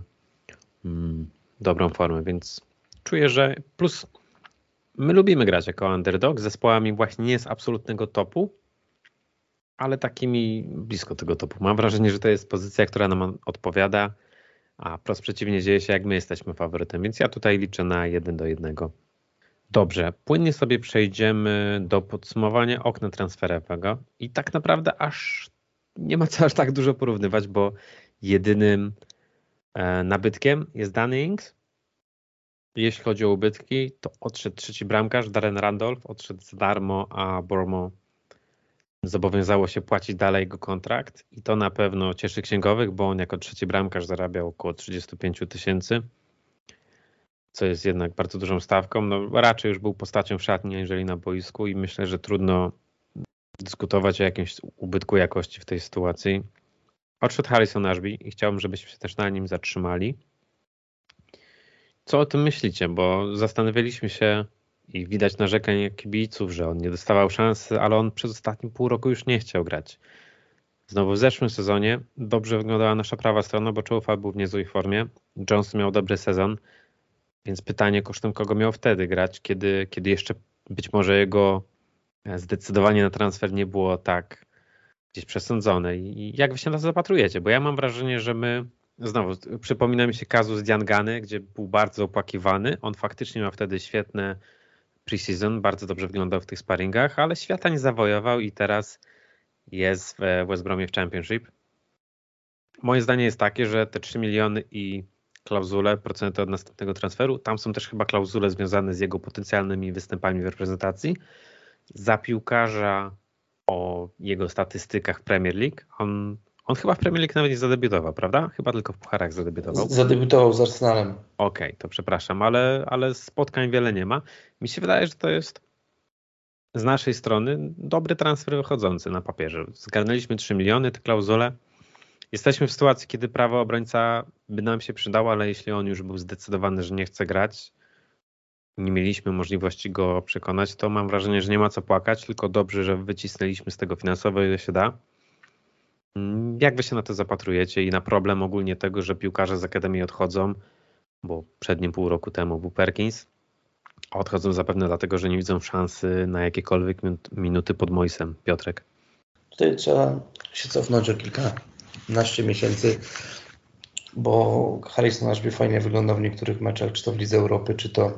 dobrą formę, więc czuję, że plus my lubimy grać jako underdog z zespołami właśnie nie z absolutnego topu, ale takimi blisko tego topu. Mam wrażenie, że to jest pozycja, która nam odpowiada, a wprost przeciwnie dzieje się, jak my jesteśmy faworytem, więc ja tutaj liczę na 1-1. Dobrze, płynnie sobie przejdziemy do podsumowania okna transferowego i tak naprawdę aż nie ma co aż tak dużo porównywać, bo jedynym nabytkiem jest Danny Ings. Jeśli chodzi o ubytki, to odszedł trzeci bramkarz, Darren Randolph, odszedł za darmo, a Bournemouth zobowiązało się płacić dalej jego kontrakt i to na pewno cieszy księgowych, bo on jako trzeci bramkarz zarabiał około 35 000, co jest jednak bardzo dużą stawką. No, raczej już był postacią w szatni, aniżeli na boisku i myślę, że trudno dyskutować o jakimś ubytku jakości w tej sytuacji. Odszedł Harrison Ashby i chciałbym, żebyśmy się też na nim zatrzymali. Co o tym myślicie? Bo zastanawialiśmy się i widać narzekanie kibiców, że on nie dostawał szansy, ale on przez ostatnie pół roku już nie chciał grać. Znowu w zeszłym sezonie dobrze wyglądała nasza prawa strona, bo Czołfa był w niezłej formie. Johnson miał dobry sezon, więc pytanie, kosztem kogo miał wtedy grać, kiedy jeszcze być może jego zdecydowanie na transfer nie było tak gdzieś przesądzone. I jak wy się na to zapatrujecie? Bo ja mam wrażenie, że my, znowu przypomina mi się kazus Diangany, gdzie był bardzo opłakiwany. On faktycznie miał wtedy świetne pre-season, bardzo dobrze wyglądał w tych sparingach, ale świata nie zawojował i teraz jest w West Bromie w Championship. Moje zdanie jest takie, że te 3 miliony i klauzule, procenty od następnego transferu, tam są też chyba klauzule związane z jego potencjalnymi występami w reprezentacji. Za piłkarza o jego statystykach w Premier League, on chyba w Premier League nawet nie zadebiutował, prawda? Chyba tylko w pucharach zadebiutował. Zadebiutował z Arsenalem. Okej, to przepraszam, ale spotkań wiele nie ma. Mi się wydaje, że to jest z naszej strony dobry transfer wychodzący na papierze. Zgarnęliśmy 3 miliony, te klauzule. Jesteśmy w sytuacji, kiedy prawo obrońca by nam się przydało, ale jeśli on już był zdecydowany, że nie chce grać, nie mieliśmy możliwości go przekonać, to mam wrażenie, że nie ma co płakać, tylko dobrze, że wycisnęliśmy z tego finansowo, ile się da. Jak wy się na to zapatrujecie i na problem ogólnie tego, że piłkarze z Akademii odchodzą, bo przednim pół roku temu był Perkins, a odchodzą zapewne dlatego, że nie widzą szansy na jakiekolwiek minuty pod Moisem. Piotrek. Tutaj trzeba się cofnąć o kilkanaście miesięcy, bo Harrison Ashby fajnie wyglądał w niektórych meczach, czy to w Lidze Europy, czy to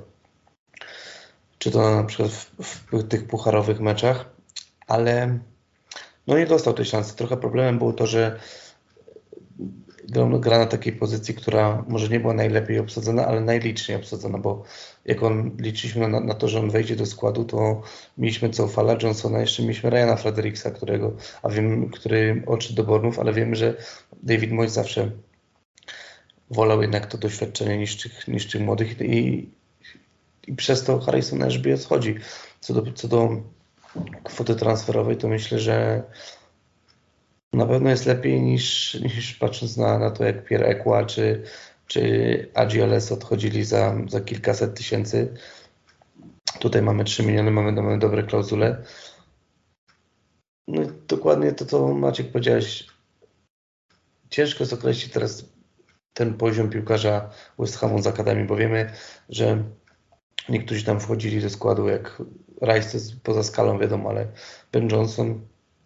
na przykład w tych pucharowych meczach, ale no nie dostał tej szansy. Trochę problemem było to, że gra na takiej pozycji, która może nie była najlepiej obsadzona, ale najliczniej obsadzona, bo jak liczyliśmy na to, że on wejdzie do składu, to mieliśmy Coufala, Johnsona, jeszcze mieliśmy Ryana Frederiksa, który odszedł do Bournemouth, ale wiemy, że David Moyes zawsze wolał jednak to doświadczenie niż tych młodych i przez to Harrison Ashby odchodzi. Co do kwoty transferowej, to myślę, że na pewno jest lepiej niż patrząc na to, jak Pierre Ekwa czy AGLS odchodzili za kilkaset tysięcy. Tutaj mamy 3 miliony, mamy dobre klauzule. No i dokładnie to, co Maciek powiedziałeś, ciężko jest określić teraz ten poziom piłkarza West Hamu z Akademii, bo wiemy, że niektórzy tam wchodzili do składu, jak Rice to jest poza skalą, wiadomo, ale Ben Johnson,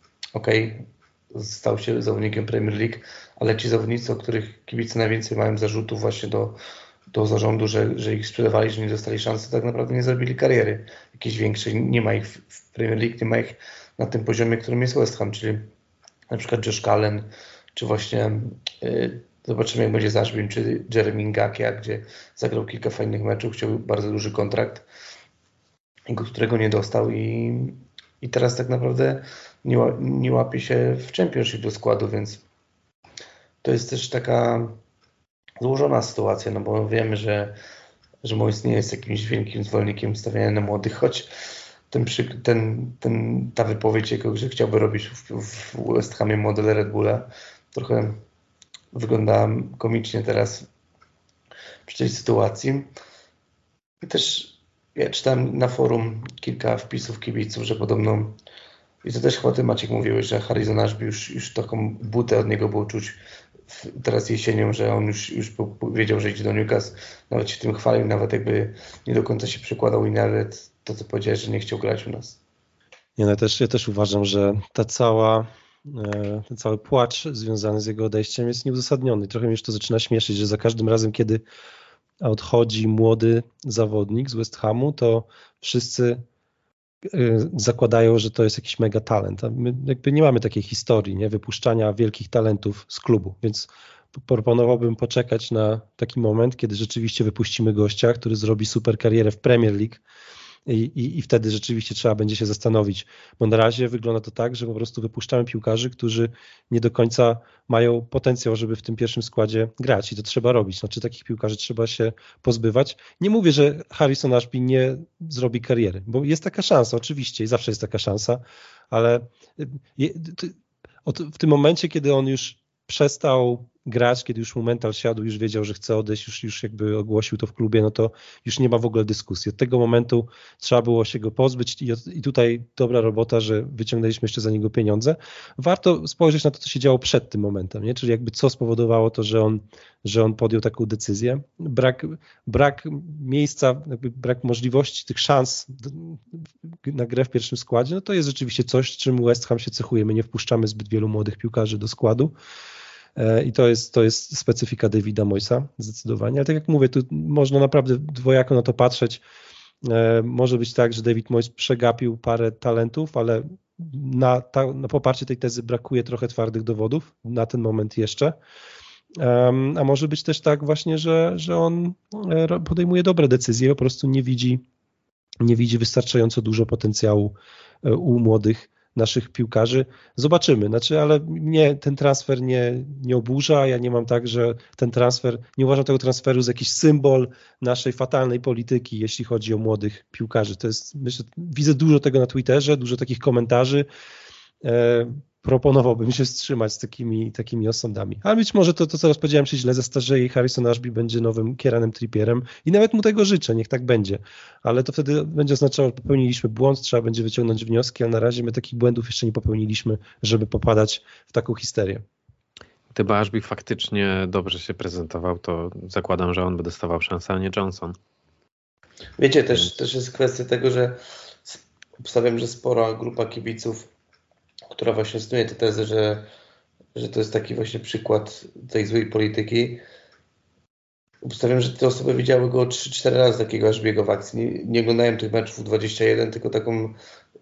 stał się zawodnikiem Premier League, ale ci zawodnicy, o których kibice najwięcej mają zarzutów właśnie do zarządu, że ich sprzedawali, że nie dostali szansy, tak naprawdę nie zrobili kariery jakiejś większej. Nie ma ich w Premier League, nie ma ich na tym poziomie, którym jest West Ham, czyli na przykład Josh Cullen, czy właśnie zobaczymy, jak będzie z Ashbym, czy Jeremy Ngakia, gdzie zagrał kilka fajnych meczów, chciał bardzo duży kontrakt, którego nie dostał i teraz tak naprawdę nie łapie się w Championship do składu, więc to jest też taka złożona sytuacja, no bo wiemy, że Moyes nie jest jakimś wielkim zwolennikiem stawiania na młodych, choć ta wypowiedź jego, że chciałby robić w West Hamie model Red Bulla, trochę wygląda komicznie teraz przy tej sytuacji. I też ja czytałem na forum kilka wpisów kibiców, że podobno, i to też chyba ty, Maciek, mówiłeś, że Harrison Ashby już taką butę od niego było czuć teraz jesienią, że on już wiedział, że idzie do Newcastle, nawet się tym chwalił, nawet jakby nie do końca się przykładał i nawet to, co powiedziałeś, że nie chciał grać u nas. Nie, no ja też uważam, że ten cały płacz związany z jego odejściem jest nieuzasadniony. Trochę mnie już to zaczyna śmieszyć, że za każdym razem, kiedy odchodzi młody zawodnik z West Hamu, to wszyscy zakładają, że to jest jakiś mega talent. A my jakby nie mamy takiej historii, nie, wypuszczania wielkich talentów z klubu, więc proponowałbym poczekać na taki moment, kiedy rzeczywiście wypuścimy gościa, który zrobi super karierę w Premier League i wtedy rzeczywiście trzeba będzie się zastanowić, bo na razie wygląda to tak, że po prostu wypuszczamy piłkarzy, którzy nie do końca mają potencjał, żeby w tym pierwszym składzie grać i to trzeba robić. Znaczy takich piłkarzy trzeba się pozbywać. Nie mówię, że Harrison Ashby nie zrobi kariery, bo jest taka szansa oczywiście i zawsze jest taka szansa, ale w tym momencie, kiedy on już przestał grać, kiedy już mu mental siadł, już wiedział, że chce odejść, już jakby ogłosił to w klubie, no to już nie ma w ogóle dyskusji. Od tego momentu trzeba było się go pozbyć i tutaj dobra robota, że wyciągnęliśmy jeszcze za niego pieniądze. Warto spojrzeć na to, co się działo przed tym momentem, nie? Czyli jakby co spowodowało to, że on podjął taką decyzję. Brak miejsca, jakby brak możliwości, tych szans na grę w pierwszym składzie, no to jest rzeczywiście coś, czym West Ham się cechuje. My nie wpuszczamy zbyt wielu młodych piłkarzy do składu. I to jest specyfika Davida Moyesa zdecydowanie, ale tak jak mówię, tu można naprawdę dwojako na to patrzeć. Może być tak, że David Moyes przegapił parę talentów, ale na poparcie tej tezy brakuje trochę twardych dowodów na ten moment jeszcze. A może być też tak właśnie, że on podejmuje dobre decyzje, po prostu nie widzi wystarczająco dużo potencjału u młodych naszych piłkarzy. Zobaczymy. Ale mnie ten transfer nie oburza. Ja nie mam tak, że nie uważam tego transferu za jakiś symbol naszej fatalnej polityki, jeśli chodzi o młodych piłkarzy. To jest, myślę, widzę dużo tego na Twitterze, dużo takich komentarzy. Proponowałbym się wstrzymać z takimi osądami. Ale być może to co powiedziałem, się źle zestarzeje i Harrison Ashby będzie nowym Kieranem Trippierem i nawet mu tego życzę, niech tak będzie. Ale to wtedy będzie oznaczało, że popełniliśmy błąd, trzeba będzie wyciągnąć wnioski, ale na razie my takich błędów jeszcze nie popełniliśmy, żeby popadać w taką histerię. Gdyby Ashby faktycznie dobrze się prezentował, to zakładam, że on by dostawał szansę, a nie Johnson. Wiecie, też jest kwestia tego, że obstawiam, że spora grupa kibiców, która właśnie snuje tę tezę, że to jest taki właśnie przykład tej złej polityki. Obstawiam, że te osoby widziały go 3-4 razy takiego Ashby'ego w akcji. Nie oglądają tych meczów 21, tylko taką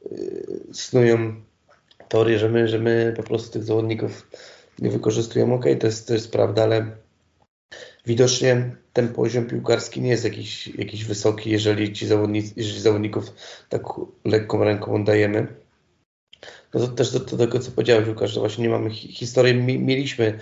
snują teorię, że my po prostu tych zawodników nie wykorzystujemy. Okej, to jest prawda, ale widocznie ten poziom piłkarski nie jest jakiś wysoki, jeżeli zawodników tak lekką ręką oddajemy. No to też do tego, co powiedziałeś, Łukasz, że właśnie nie mamy historii. Mieliśmy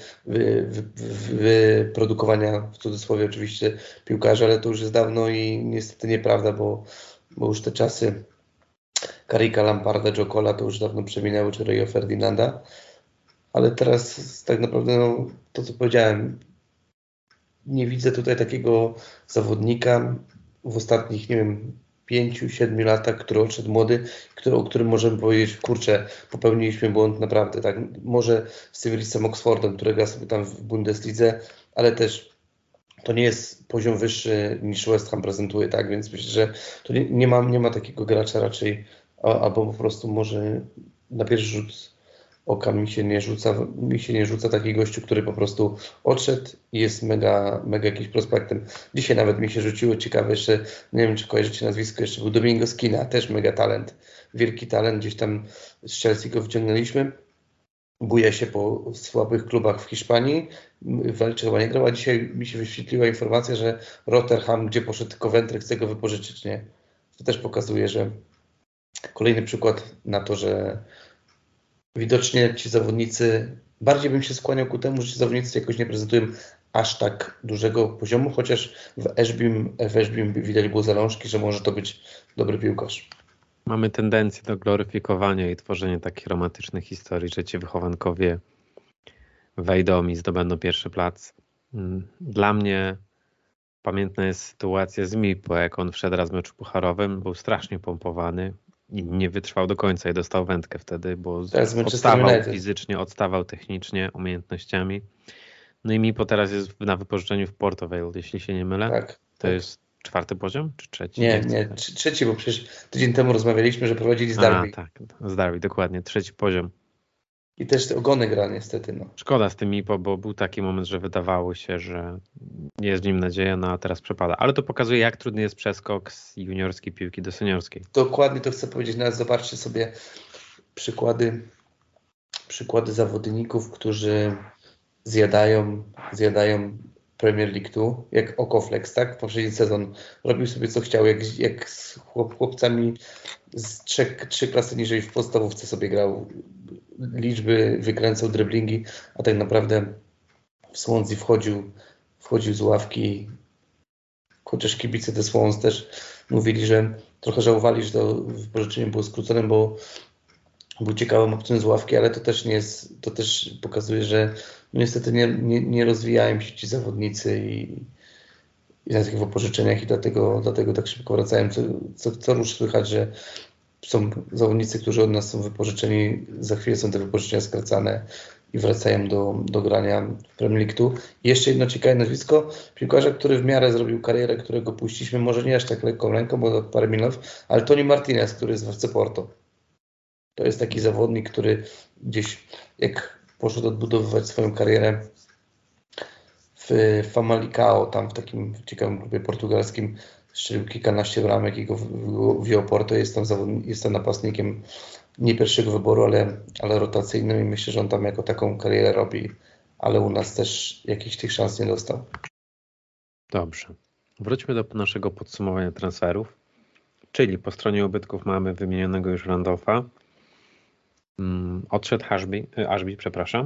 wyprodukowania, w cudzysłowie oczywiście, piłkarzy, ale to już jest dawno i niestety nieprawda, bo już te czasy Carricka, Lamparda, Joe Cola to już dawno przeminęły, czy Rio Ferdinanda. Ale teraz tak naprawdę to, co powiedziałem, nie widzę tutaj takiego zawodnika w ostatnich, nie wiem, 5-7 latach, który odszedł młody, o którym możemy powiedzieć, kurczę, popełniliśmy błąd naprawdę, tak, może z Cywilisem Oxfordem, który gra sobie tam w Bundeslidze, ale też to nie jest poziom wyższy niż West Ham prezentuje, tak, więc myślę, że to nie ma takiego gracza raczej, albo po prostu może na pierwszy rzut oka mi się nie rzuca taki gościu, który po prostu odszedł i jest mega jakimś prospektem. Dzisiaj nawet mi się rzuciło ciekawe jeszcze, nie wiem czy kojarzycie nazwisko, jeszcze był Domingo Skina, też mega talent, wielki talent, gdzieś tam z Chelsea go wciągnęliśmy. Buja się po słabych klubach w Hiszpanii, w Elche chyba nie grał, a dzisiaj mi się wyświetliła informacja, że Rotherham, gdzie poszedł Coventry, chce go wypożyczyć, nie? To też pokazuje, że kolejny przykład na to, że widocznie ci zawodnicy, bardziej bym się skłaniał ku temu, że ci zawodnicy jakoś nie prezentują aż tak dużego poziomu, chociaż w Eszbim widać było zalążki, że może to być dobry piłkarz. Mamy tendencję do gloryfikowania i tworzenia takich romantycznych historii, że ci wychowankowie wejdą i zdobędą pierwszy plac. Dla mnie pamiętna jest sytuacja z Mipo, jak on wszedł raz w meczu pucharowym, był strasznie pompowany i nie wytrwał do końca i dostał wędkę wtedy, bo odstawał fizycznie, odstawał technicznie, umiejętnościami. No i Mipo teraz jest na wypożyczeniu w Porto Vale, jeśli się nie mylę. Tak. To jest 4. poziom czy 3? Nie, 3, bo przecież tydzień temu rozmawialiśmy, że prowadzili z Derby. Tak, z Derby, dokładnie, 3. poziom. I też ogony gra niestety. No. Szkoda z tym Mipo, bo był taki moment, że wydawało się, że jest w nim nadzieja, no a teraz przepada. Ale to pokazuje, jak trudny jest przeskok z juniorskiej piłki do seniorskiej. Dokładnie to chcę powiedzieć. Nawet zobaczcie sobie przykłady zawodników, którzy zjadają Premier League 2, jak Okoflex, tak? Poprzedni sezon robił sobie co chciał, jak z chłopcami z 3 klasy niżej w podstawówce sobie grał, liczby wykręcał, driblingi, a tak naprawdę w Swansea wchodził z ławki, chociaż kibice The Swans też mówili, że trochę żałowali, że to wypożyczenie było skrócone, bo był ciekawym opcją z ławki, ale to też nie jest, to też pokazuje, że niestety nie rozwijają się ci zawodnicy i na tych wypożyczeniach i dlatego tak szybko wracają. Co rusz słychać, że są zawodnicy, którzy od nas są wypożyczeni, za chwilę są te wypożyczenia skracane i wracają do grania w Premier League 2. I jeszcze jedno ciekawe nazwisko, piłkarza, który w miarę zrobił karierę, którego puściliśmy, może nie aż tak lekką ręką, bo parę milionów, ale Toni Martinez, który jest w FC Porto. To jest taki zawodnik, który gdzieś jak poszedł odbudowywać swoją karierę w Famalicão, tam w takim ciekawym klubie portugalskim, strzelił kilkanaście bramek i go wziął Porto, jest tam napastnikiem nie pierwszego wyboru, ale rotacyjnym i myślę, że on tam jako taką karierę robi, ale u nas też jakichś tych szans nie dostał. Dobrze. Wróćmy do naszego podsumowania transferów, czyli po stronie ubytków mamy wymienionego już Randolfa. Odszedł Ashby,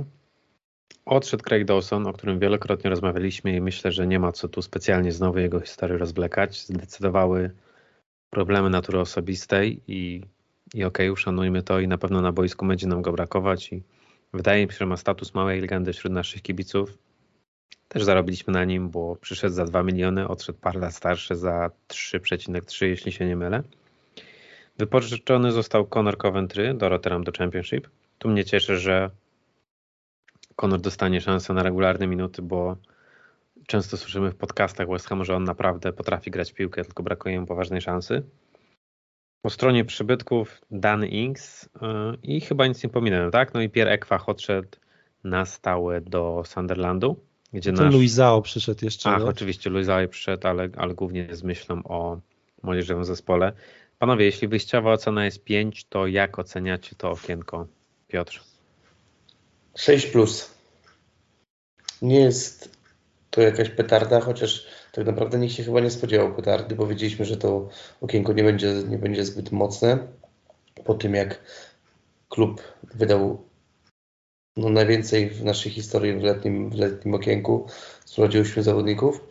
Odszedł Craig Dawson, o którym wielokrotnie rozmawialiśmy i myślę, że nie ma co tu specjalnie znowu jego historii rozwlekać. Zdecydowały problemy natury osobistej i okej, uszanujmy to i na pewno na boisku będzie nam go brakować i wydaje mi się, że ma status małej legendy wśród naszych kibiców. Też zarobiliśmy na nim, bo przyszedł za 2 miliony, odszedł parę lat starszy za 3,3, jeśli się nie mylę. Wypożyczony został Conor Coventry do Rotterdam do Championship. Tu mnie cieszy, że Conor dostanie szansę na regularne minuty, bo często słyszymy w podcastach West Hamu, że on naprawdę potrafi grać w piłkę, tylko brakuje mu poważnej szansy. Po stronie przybytków Dan Ings i chyba nic nie pominąłem, tak? No i Pierre Ekwach odszedł na stałe do Sunderlandu. Gdzie Luizao przyszedł jeszcze. Ach, oczywiście Luizao przyszedł, ale głównie z myślą o młodzieżowym zespole. Panowie, jeśli wyjściowa ocena jest 5, to jak oceniacie to okienko, Piotr? 6+. Nie jest to jakaś petarda, chociaż tak naprawdę nikt się chyba nie spodziewał petardy, bo wiedzieliśmy, że to okienko nie będzie zbyt mocne. Po tym jak klub wydał najwięcej w naszej historii w letnim okienku, sprowadził 8 zawodników.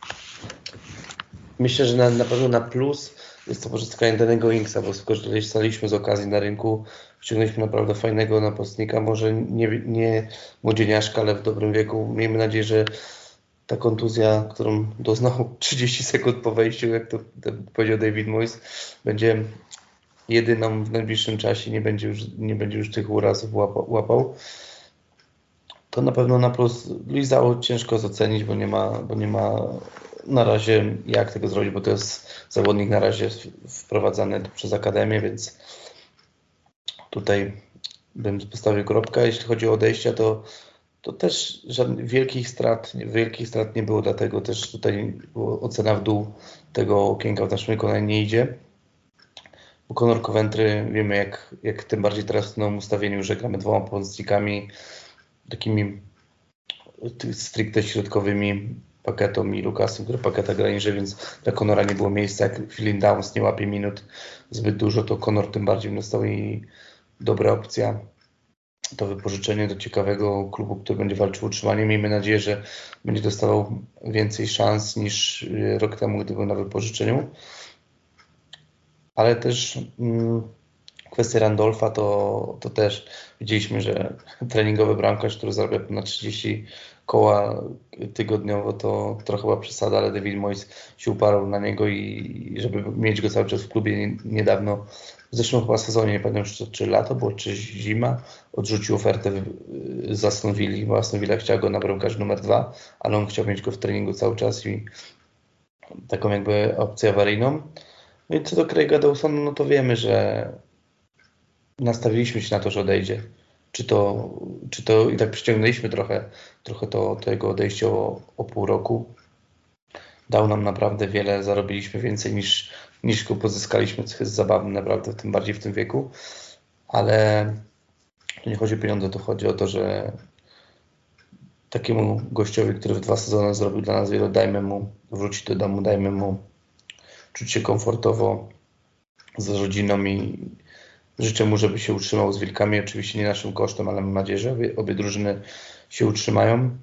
Myślę, że na pewno na plus jest to pozyskanie danego Inksa, bo skorzystaliśmy z okazji na rynku, ściągnęliśmy naprawdę fajnego napastnika, może nie młodzieniaszka, ale w dobrym wieku. Miejmy nadzieję, że ta kontuzja, którą doznał 30 sekund po wejściu, jak to powiedział David Moyes, będzie jedyną w najbliższym czasie, nie będzie już tych urazów łapał. To na pewno na plus. Luizao ciężko ocenić, bo nie ma na razie jak tego zrobić, bo to jest zawodnik na razie wprowadzany przez Akademię, więc tutaj bym postawił kropkę. Jeśli chodzi o odejścia, to też żadnych wielkich strat nie było, dlatego też tutaj ocena w dół tego okienka w naszym wykonaniu nie idzie. Bo Conor Coventry wiemy jak tym bardziej teraz w nowym ustawieniu, że gramy 2 pomocnikami, takimi stricte środkowymi, Paketą i Lukasem, który Paketa gra niżej, więc dla Conora nie było miejsca. Jak Philin Downs nie łapie minut zbyt dużo, to Conor tym bardziej dostał i dobra opcja. To wypożyczenie do ciekawego klubu, który będzie walczył o utrzymanie. Miejmy nadzieję, że będzie dostawał więcej szans niż rok temu, gdy był na wypożyczeniu. Ale też kwestia Randolfa to też widzieliśmy, że treningowy bramkarz, który zarabia ponad 30 koła tygodniowo, to trochę była przesada, ale David Moyes się uparł na niego i żeby mieć go cały czas w klubie niedawno, w zeszłym chyba sezonie, nie pamiętam czy lato było, czy zima, odrzucił ofertę z Aston Villa, bo Aston Villa chciała go na bramkarz numer 2, ale on chciał mieć go w treningu cały czas i taką jakby opcję awaryjną. No i co do Craiga Dawsona, no to wiemy, że nastawiliśmy się na to, że odejdzie. Czy to i tak przyciągnęliśmy trochę to jego odejście o pół roku. Dał nam naprawdę wiele, zarobiliśmy więcej niż go pozyskaliśmy, co jest zabawne naprawdę, tym bardziej w tym wieku. Ale to nie chodzi o pieniądze, to chodzi o to, że takiemu gościowi, który w 2 sezony zrobił dla nas wiele, dajmy mu wrócić do domu, dajmy mu czuć się komfortowo z rodziną i życzę mu, żeby się utrzymał z Wilkami. Oczywiście nie naszym kosztem, ale mam nadzieję, że obie drużyny się utrzymają.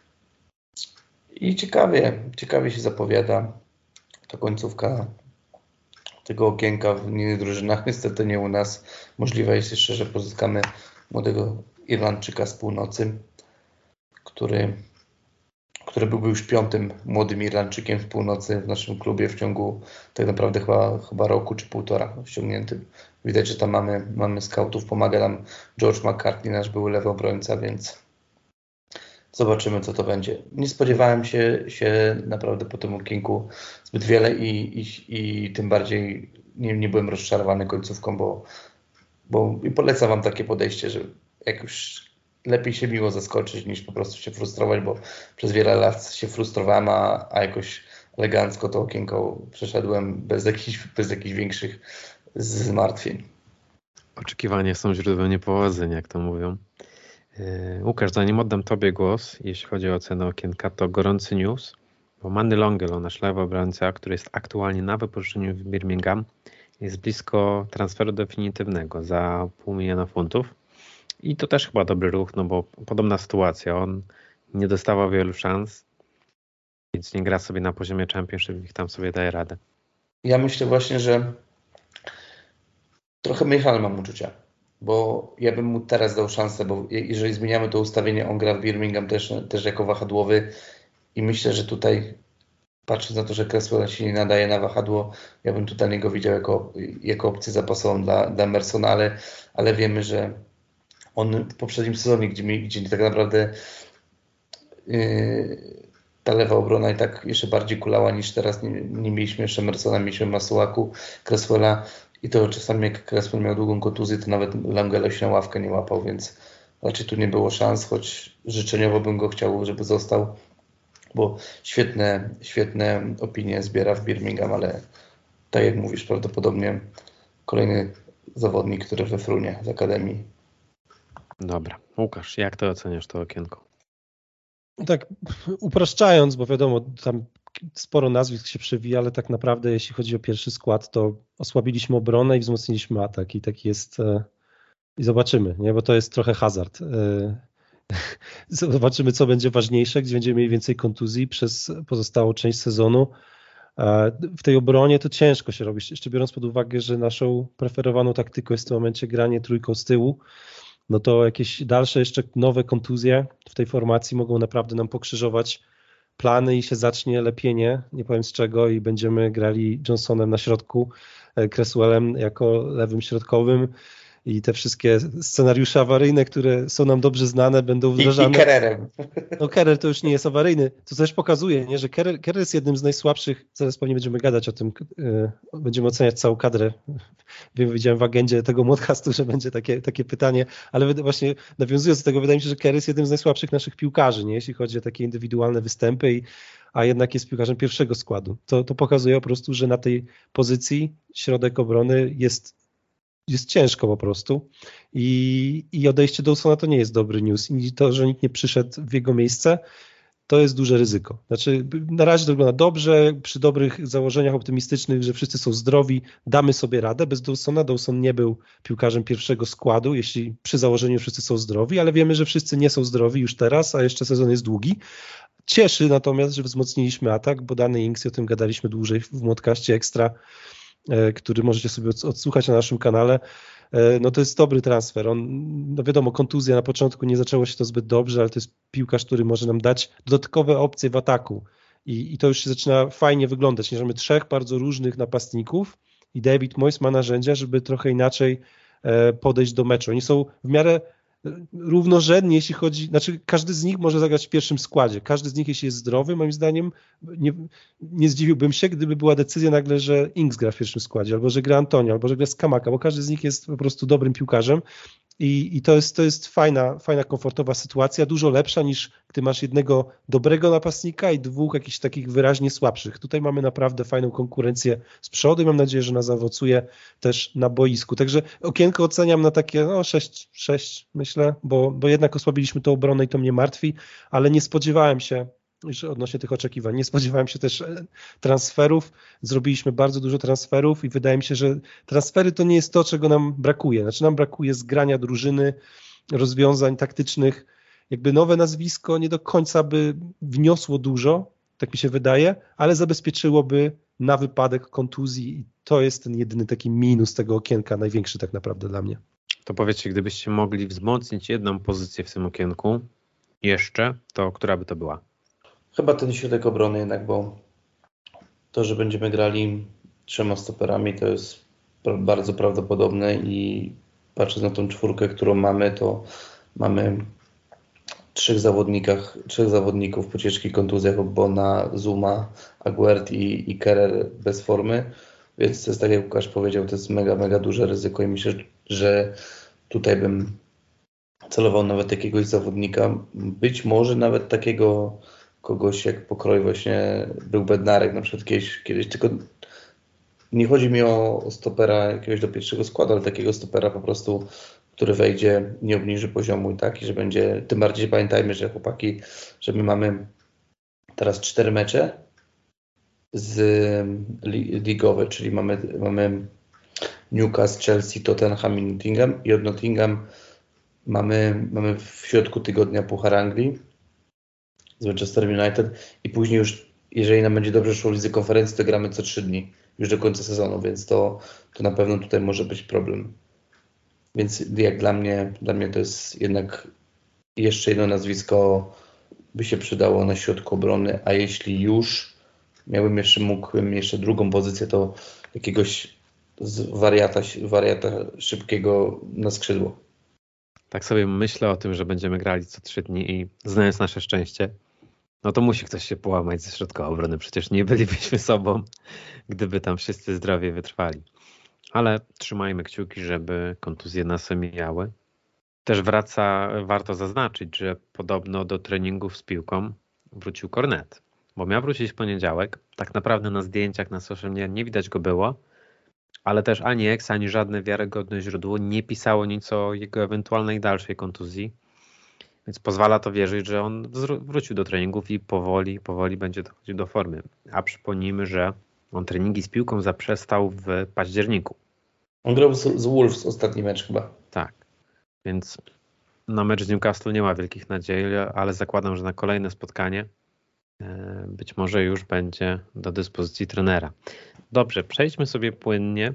I ciekawie się zapowiada ta końcówka tego okienka w innych drużynach. Niestety nie u nas. Możliwe jest jeszcze, że pozyskamy młodego Irlandczyka z północy, który byłby już 5. młodym Irlandczykiem z północy w naszym klubie w ciągu tak naprawdę chyba roku czy 1,5 ściągniętym. Widać, że tam mamy scoutów, pomaga nam George McCartney, nasz były lewy obrońca, więc zobaczymy, co to będzie. Nie spodziewałem się naprawdę po tym okienku zbyt wiele i tym bardziej nie byłem rozczarowany końcówką, bo i polecam wam takie podejście, że jak już lepiej się miło zaskoczyć niż po prostu się frustrować, bo przez wiele lat się frustrowałem, a jakoś elegancko to okienko przeszedłem bez jakichś większych zmartwień. Oczekiwania są źródłem niepowodzeń, jak to mówią. Łukasz, zanim oddam Tobie głos, jeśli chodzi o ocenę okienka, to gorący news, bo Manny Longelo, nasz lewy obrońca, który jest aktualnie na wypożyczeniu w Birmingham, jest blisko transferu definitywnego za £500,000. I to też chyba dobry ruch, no bo podobna sytuacja. On nie dostawał wielu szans, więc nie gra sobie na poziomie Championship i tam sobie daje radę. Ja myślę właśnie, że trochę mniejsze mam uczucia, bo ja bym mu teraz dał szansę, bo jeżeli zmieniamy to ustawienie, on gra w Birmingham też jako wahadłowy i myślę, że tutaj patrząc na to, że Cresswell się nie nadaje na wahadło, ja bym tutaj niego widział jako opcję zapasową dla Emersona, ale wiemy, że on w poprzednim sezonie, gdzie tak naprawdę ta lewa obrona i tak jeszcze bardziej kulała niż teraz, nie mieliśmy jeszcze Emersona, mieliśmy Masuaku, Cresswella i to czasami jak Cresswell miał długą kontuzję, to nawet Longelo się na ławkę nie łapał, więc raczej tu nie było szans, choć życzeniowo bym go chciał, żeby został, bo świetne opinie zbiera w Birmingham, ale tak jak mówisz, prawdopodobnie kolejny zawodnik, który wyfrunie z Akademii. Dobra. Łukasz, jak to oceniasz to okienko? Tak upraszczając, bo wiadomo, tam sporo nazwisk się przewija, ale tak naprawdę jeśli chodzi o pierwszy skład, to osłabiliśmy obronę i wzmocniliśmy atak i tak jest i zobaczymy, nie? Bo to jest trochę hazard. Zobaczymy, co będzie ważniejsze, gdzie będziemy mieli więcej kontuzji przez pozostałą część sezonu. W tej obronie to ciężko się robi, jeszcze biorąc pod uwagę, że naszą preferowaną taktyką jest w tym momencie granie trójką z tyłu, no to jakieś dalsze jeszcze nowe kontuzje w tej formacji mogą naprawdę nam pokrzyżować plany i się zacznie lepienie, nie powiem z czego, i będziemy grali Johnsonem na środku, Cresswellem jako lewym środkowym i te wszystkie scenariusze awaryjne, które są nam dobrze znane, będą wdrażane. I Kerrerem. No Kerrer to już nie jest awaryjny. To też pokazuje, nie, że Kerrer jest jednym z najsłabszych, zaraz pewnie będziemy gadać o tym, będziemy oceniać całą kadrę. Widziałem w agendzie tego podcastu, że będzie takie pytanie, ale właśnie nawiązując do tego, wydaje mi się, że Kerrer jest jednym z najsłabszych naszych piłkarzy, nie, jeśli chodzi o takie indywidualne występy, a jednak jest piłkarzem pierwszego składu. To pokazuje po prostu, że na tej pozycji środek obrony jest ciężko po prostu i odejście Dawsona to nie jest dobry news i to, że nikt nie przyszedł w jego miejsce, to jest duże ryzyko. Znaczy na razie to wygląda dobrze, przy dobrych założeniach optymistycznych, że wszyscy są zdrowi, damy sobie radę bez Dawsona. Dawson nie był piłkarzem pierwszego składu, jeśli przy założeniu wszyscy są zdrowi, ale wiemy, że wszyscy nie są zdrowi już teraz, a jeszcze sezon jest długi. Cieszy natomiast, że wzmocniliśmy atak, bo Danny Ings, o tym gadaliśmy dłużej w Modcaście Ekstra, który możecie sobie odsłuchać na naszym kanale, no to jest dobry transfer. No wiadomo, kontuzja na początku, nie zaczęło się to zbyt dobrze, ale to jest piłkarz, który może nam dać dodatkowe opcje w ataku i to już się zaczyna fajnie wyglądać. Nie mamy 3 bardzo różnych napastników i David Moyes ma narzędzia, żeby trochę inaczej podejść do meczu. Oni są w miarę równorzędni, jeśli chodzi, znaczy każdy z nich może zagrać w pierwszym składzie, każdy z nich jeśli jest zdrowy, moim zdaniem nie zdziwiłbym się, gdyby była decyzja nagle, że Ings gra w pierwszym składzie, albo że gra Antonio, albo że gra Skamaka, bo każdy z nich jest po prostu dobrym piłkarzem i to jest fajna, komfortowa sytuacja, dużo lepsza niż gdy masz jednego dobrego napastnika i 2 jakichś takich wyraźnie słabszych. Tutaj mamy naprawdę fajną konkurencję z przodu i mam nadzieję, że ona zaowocuje też na boisku. Także okienko oceniam na takie 6 myślę, bo jednak osłabiliśmy tą obronę i to mnie martwi, ale nie spodziewałem się, już odnośnie tych oczekiwań, nie spodziewałem się też transferów. Zrobiliśmy bardzo dużo transferów i wydaje mi się, że transfery to nie jest to, czego nam brakuje. Znaczy nam brakuje zgrania drużyny, rozwiązań taktycznych. Jakby nowe nazwisko nie do końca by wniosło dużo, tak mi się wydaje, ale zabezpieczyłoby na wypadek kontuzji i to jest ten jedyny taki minus tego okienka, największy tak naprawdę dla mnie. To powiedzcie, gdybyście mogli wzmocnić jedną pozycję w tym okienku jeszcze, to która by to była? Chyba ten środek obrony jednak, bo to, że będziemy grali 3 stoperami, to jest bardzo prawdopodobne i patrząc na tą 4, którą mamy, to mamy 3 zawodników po ciężkich kontuzjach, Ogbonna, Zuma, Aguert i Kerrer bez formy, więc to jest tak jak Łukasz powiedział, to jest mega duże ryzyko i myślę, że tutaj bym celował nawet jakiegoś zawodnika, być może nawet takiego kogoś jak pokroju właśnie był Bednarek na przykład kiedyś, tylko nie chodzi mi o stopera jakiegoś do pierwszego składu, ale takiego stopera po prostu, który wejdzie, nie obniży poziomu i że będzie, tym bardziej pamiętajmy, że chłopaki, że my mamy teraz 4 mecze ligowe, czyli mamy Newcastle, Chelsea, Tottenham i Nottingham i od Nottingham mamy w środku tygodnia Puchar Anglii z Manchester United i później już, jeżeli nam będzie dobrze szło w lidze konferencji, to gramy co 3 dni, już do końca sezonu, więc to na pewno tutaj może być problem. Więc jak dla mnie to jest jednak jeszcze jedno nazwisko by się przydało na środku obrony, a jeśli już mógłbym jeszcze drugą pozycję, to jakiegoś wariata szybkiego na skrzydło. Tak sobie myślę o tym, że będziemy grali co 3 dni i znając nasze szczęście, no to musi ktoś się połamać ze środka obrony. Przecież nie bylibyśmy sobą, gdyby tam wszyscy zdrowie wytrwali. Ale trzymajmy kciuki, żeby kontuzje nas omijały. Też warto zaznaczyć, że podobno do treningów z piłką wrócił Cornet, bo miał wrócić w poniedziałek. Tak naprawdę na zdjęciach na social media nie widać go było, ale też ani X, ani żadne wiarygodne źródło nie pisało nic o jego ewentualnej dalszej kontuzji. Więc pozwala to wierzyć, że on wrócił do treningów i powoli będzie dochodził do formy. A przypomnijmy, że on treningi z piłką zaprzestał w październiku. On grał z Wolves ostatni mecz chyba. Tak, więc na mecz z Newcastle nie ma wielkich nadziei, ale zakładam, że na kolejne spotkanie być może już będzie do dyspozycji trenera. Dobrze, przejdźmy sobie płynnie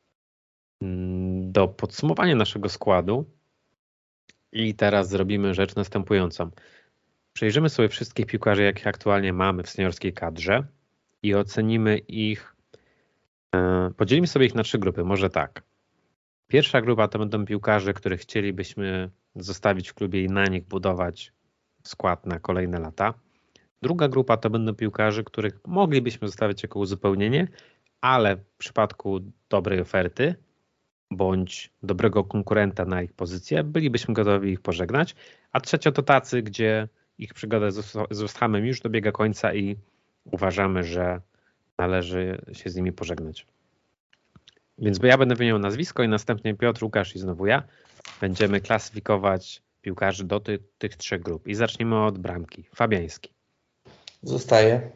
do podsumowania naszego składu i teraz zrobimy rzecz następującą. Przejrzymy sobie wszystkich piłkarzy, jakich aktualnie mamy w seniorskiej kadrze i ocenimy ich, podzielimy sobie ich na 3 grupy, może tak. Pierwsza grupa to będą piłkarze, których chcielibyśmy zostawić w klubie i na nich budować skład na kolejne lata. Druga grupa to będą piłkarze, których moglibyśmy zostawić jako uzupełnienie, ale w przypadku dobrej oferty bądź dobrego konkurenta na ich pozycję bylibyśmy gotowi ich pożegnać. A trzecia to tacy, gdzie ich przygoda z West Hamem już dobiega końca i uważamy, że należy się z nimi pożegnać. Więc ja będę wymieniał nazwisko i następnie Piotr, Łukasz i znowu ja będziemy klasyfikować piłkarzy do tych 3 grup. I zaczniemy od bramki. Fabiański. Zostaje,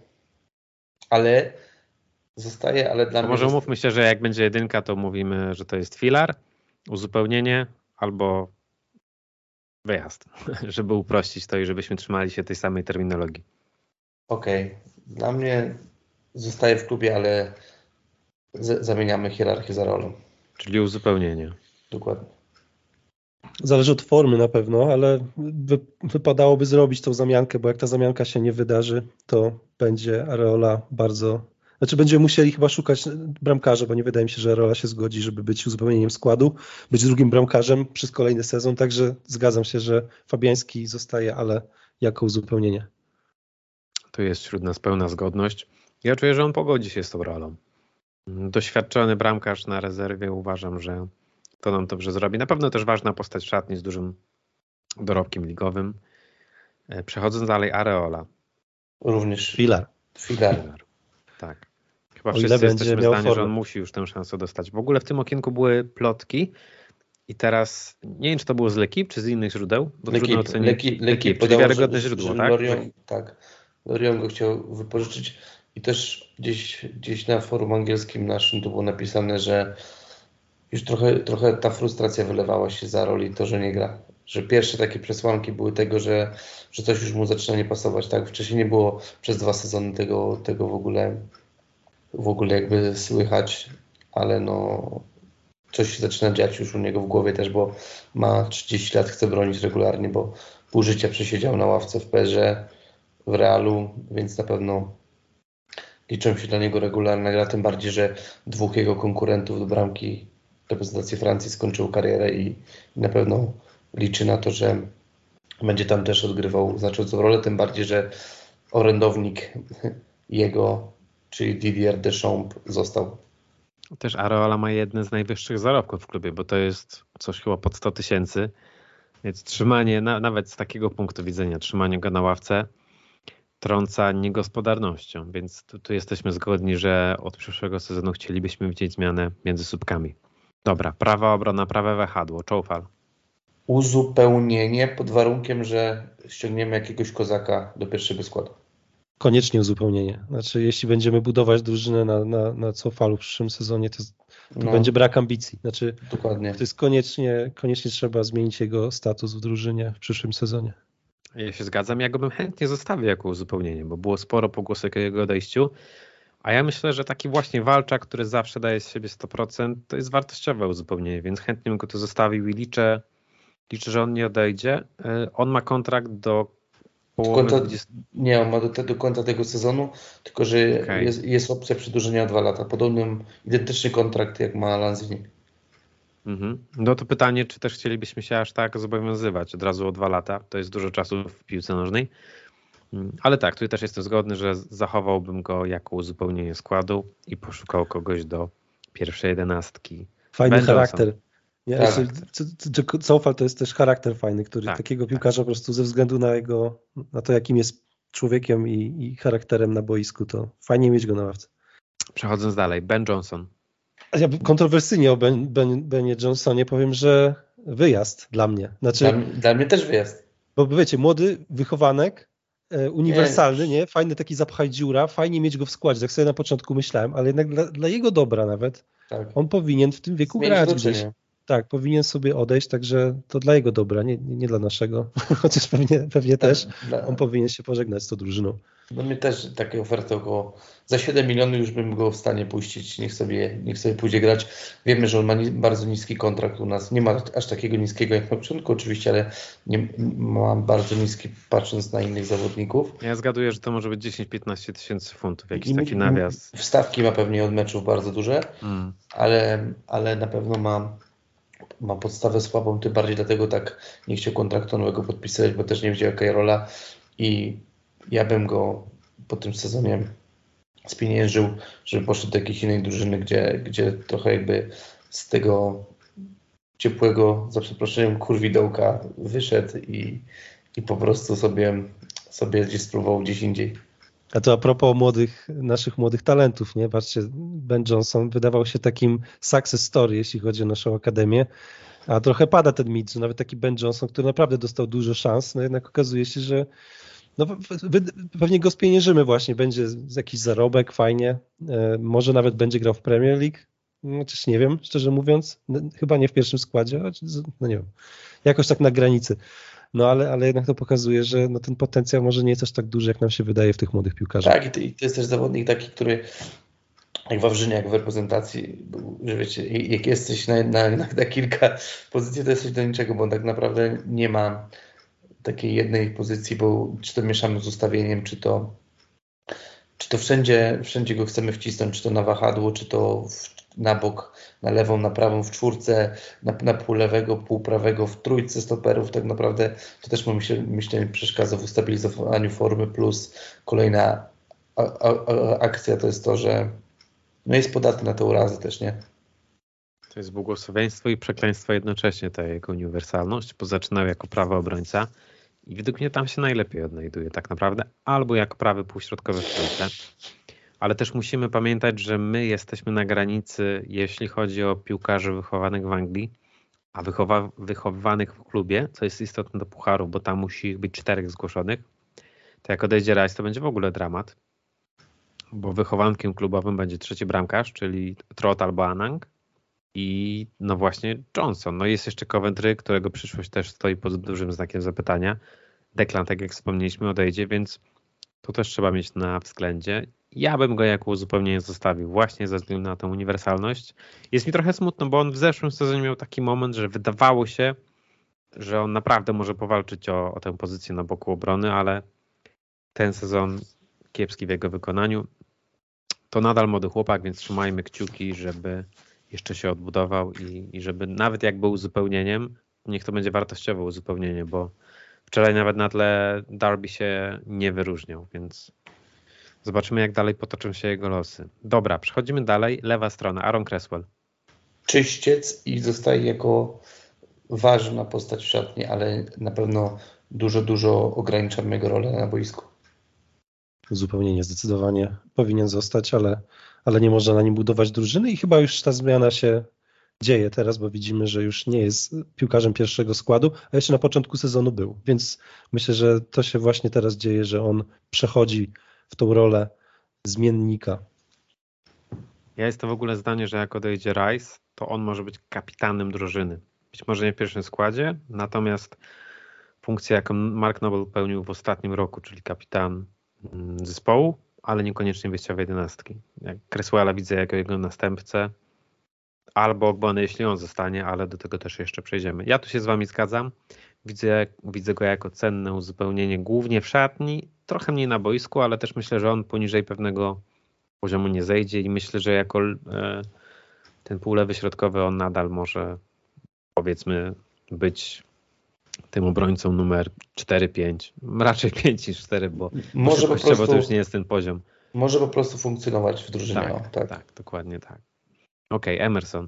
ale dla mnie... Może umówmy się, że jak będzie 1, to mówimy, że to jest filar, uzupełnienie albo wyjazd, żeby uprościć to i żebyśmy trzymali się tej samej terminologii. Okej. Dla mnie zostaje w klubie, ale zamieniamy hierarchię za rolą. Czyli uzupełnienie. Dokładnie. Zależy od formy na pewno, ale wypadałoby zrobić tą zamiankę, bo jak ta zamianka się nie wydarzy, to będzie Areola będziemy musieli chyba szukać bramkarza, bo nie wydaje mi się, że Areola się zgodzi, żeby być uzupełnieniem składu, być drugim bramkarzem przez kolejny sezon, także zgadzam się, że Fabiański zostaje, ale jako uzupełnienie. Tu jest wśród nas pełna zgodność. Ja czuję, że on pogodzi się z tą rolą. Doświadczony bramkarz na rezerwie, uważam, że to nam dobrze zrobi. Na pewno też ważna postać w szatni z dużym dorobkiem ligowym. Przechodząc dalej, Areola. Również Filar. Tak. Chyba wszyscy jesteśmy zdani, że on musi już tę szansę dostać. W ogóle w tym okienku były plotki i teraz nie wiem, czy to było z L'Équipe, czy z innych źródeł, bo trudno ocenić. L'Équipe, czyli wiarygodne źródło, tak? Lorient go chciał wypożyczyć i też gdzieś na forum angielskim naszym to było napisane, że już trochę ta frustracja wylewała się za roli to, że nie gra. Że pierwsze takie przesłanki były tego, że coś już mu zaczyna nie pasować. Tak, wcześniej nie było przez 2 sezony tego w ogóle jakby słychać, ale coś się zaczyna dziać już u niego w głowie też, bo ma 30 lat, chce bronić regularnie, bo pół życia przesiedział na ławce w PSG, w Realu, więc na pewno liczą się dla niego regularna gra, tym bardziej, że 2 jego konkurentów do bramki reprezentacji Francji skończył karierę i na pewno liczy na to, że będzie tam też odgrywał znaczącą rolę, tym bardziej, że orędownik jego, czyli Didier Deschamps, został. Też Areola ma jeden z najwyższych zarobków w klubie, bo to jest coś chyba pod 100 000, więc trzymanie, nawet z takiego punktu widzenia, trzymanie go na ławce trąca niegospodarnością, więc tu jesteśmy zgodni, że od przyszłego sezonu chcielibyśmy widzieć zmianę między słupkami. Dobra, prawa obrona, prawe wahadło, Czofal. Uzupełnienie pod warunkiem, że ściągniemy jakiegoś kozaka do pierwszego składu. Koniecznie uzupełnienie. Znaczy, jeśli będziemy budować drużynę na Cofalu w przyszłym sezonie, to będzie brak ambicji. Znaczy, dokładnie. To jest koniecznie trzeba zmienić jego status w drużynie w przyszłym sezonie. Ja się zgadzam, ja go bym chętnie zostawił jako uzupełnienie, bo było sporo pogłosek o jego odejściu, a ja myślę, że taki właśnie walczak, który zawsze daje z siebie 100%, to jest wartościowe uzupełnienie, więc chętnie bym go tu zostawił i liczę, że on nie odejdzie. On ma kontrakt do połowy... Nie, on ma do końca tego sezonu, tylko że jest opcja przedłużenia o 2 lata. Identyczny kontrakt jak ma Lanzini. No to pytanie, czy też chcielibyśmy się aż tak zobowiązywać od razu o 2 lata. To jest dużo czasu w piłce nożnej. Ale tak, tu też jestem zgodny, że zachowałbym go jako uzupełnienie składu i poszukał kogoś do pierwszej 11. Fajny charakter. Coufal to jest też charakter fajny, który takiego piłkarza po prostu ze względu na to, jakim jest człowiekiem i charakterem na boisku, to fajnie mieć go na ławce. Przechodząc dalej, Ben Johnson. Ja kontrowersyjnie o Benie Johnsonie powiem, że wyjazd dla mnie. Dla mnie też wyjazd. Bo wiecie, młody wychowanek, uniwersalny, nie? Fajny taki zapchaj dziura, fajnie mieć go w składzie, tak sobie na początku myślałem, ale jednak dla jego dobra nawet, on powinien w tym wieku grać gdzieś. Tak, powinien sobie odejść, także to dla jego dobra, nie dla naszego, chociaż pewnie też on powinien się pożegnać z tą drużyną. No mnie też takie oferty około za 7 milionów już bym go w stanie puścić, niech sobie pójdzie grać. Wiemy, że on ma bardzo niski kontrakt u nas, nie ma aż takiego niskiego jak na początku oczywiście, ale ma bardzo niski patrząc na innych zawodników. Ja zgaduję, że to może być 10-15 tysięcy funtów, jakiś taki nawias. Wstawki ma pewnie od meczów bardzo duże, ale na pewno ma podstawę słabą, tym bardziej dlatego tak nie chciał kontraktu nowego podpisywać, bo też nie wiedział jaka rola i ja bym go po tym sezonie spieniężył, żeby poszedł do jakiejś innej drużyny, gdzie trochę jakby z tego ciepłego, za przeproszeniem, kurwidołka wyszedł i po prostu sobie gdzieś spróbował gdzieś indziej. A to a propos naszych młodych talentów, nie? Patrzcie, Ben Johnson wydawał się takim success story, jeśli chodzi o naszą akademię, a trochę pada ten mit, że nawet taki Ben Johnson, który naprawdę dostał dużo szans, no jednak okazuje się, że no, pewnie go spieniężymy właśnie, będzie jakiś zarobek, fajnie, może nawet będzie grał w Premier League, chociaż nie wiem, szczerze mówiąc, chyba nie w pierwszym składzie, no nie wiem, jakoś tak na granicy. No ale jednak to pokazuje, że no, ten potencjał może nie jest aż tak duży, jak nam się wydaje w tych młodych piłkarzach. Tak, i to jest też zawodnik taki, który jak Wawrzyniak jak w reprezentacji, że wiecie, jak jesteś na kilka pozycji, to jesteś do niczego, bo on tak naprawdę nie ma takiej jednej pozycji, bo czy to mieszamy z ustawieniem, czy to wszędzie go chcemy wcisnąć, czy to na wahadło, czy to na bok, na lewą, na prawą, w czwórce, na pół lewego, pół prawego, w trójce stoperów. Tak naprawdę to też myślę przeszkadza w ustabilizowaniu formy, plus kolejna akcja to jest to, że no jest podatny na te urazy też, nie? To jest błogosławieństwo i przekleństwo jednocześnie, ta jego uniwersalność, bo zaczynał jako prawy obrońca i według mnie tam się najlepiej odnajduje tak naprawdę, albo jako prawy półśrodkowy w trójce. Ale też musimy pamiętać, że my jesteśmy na granicy, jeśli chodzi o piłkarzy wychowanych w Anglii, a wychowywanych w klubie, co jest istotne do pucharów, bo tam musi ich być 4 zgłoszonych. To jak odejdzie Rice, to będzie w ogóle dramat, bo wychowankiem klubowym będzie trzeci bramkarz, czyli Trot albo Anang i no właśnie Johnson. No jest jeszcze Coventry, którego przyszłość też stoi pod dużym znakiem zapytania. Declan, tak jak wspomnieliśmy, odejdzie, więc to też trzeba mieć na względzie. Ja bym go jako uzupełnienie zostawił właśnie ze względu na tę uniwersalność. Jest mi trochę smutno, bo on w zeszłym sezonie miał taki moment, że wydawało się, że on naprawdę może powalczyć o tę pozycję na boku obrony, ale ten sezon kiepski w jego wykonaniu. To nadal młody chłopak, więc trzymajmy kciuki, żeby jeszcze się odbudował i żeby nawet jak był uzupełnieniem, niech to będzie wartościowe uzupełnienie, bo wczoraj nawet na tle Derby się nie wyróżniał, więc zobaczymy, jak dalej potoczą się jego losy. Dobra, przechodzimy dalej. Lewa strona, Aaron Cresswell. Czyściec i zostaje jako ważna postać w szatni, ale na pewno dużo ograniczamy jego rolę na boisku. Uzupełnienie zdecydowanie powinien zostać, ale nie można na nim budować drużyny i chyba już ta zmiana się dzieje teraz, bo widzimy, że już nie jest piłkarzem pierwszego składu, a jeszcze na początku sezonu był, więc myślę, że to się właśnie teraz dzieje, że on przechodzi w tą rolę zmiennika. Ja jestem w ogóle zdania, że jak odejdzie Rice, to on może być kapitanem drużyny. Być może nie w pierwszym składzie, natomiast funkcję, jaką Mark Noble pełnił w ostatnim roku, czyli kapitan zespołu, ale niekoniecznie wyjściowej 11. Jak Cresswella widzę jako jego następcę, albo Ogbony, jeśli on zostanie, ale do tego też jeszcze przejdziemy. Ja tu się z wami zgadzam. Widzę go jako cenne uzupełnienie głównie w szatni, trochę mniej na boisku, ale też myślę, że on poniżej pewnego poziomu nie zejdzie i myślę, że jako ten półlewy środkowy on nadal może, powiedzmy, być tym obrońcą numer 4-5. Raczej 5 niż 4, bo może po prostu, to już nie jest ten poziom. Może po prostu funkcjonować w drużynie. Tak, dokładnie tak. Okej, Emerson.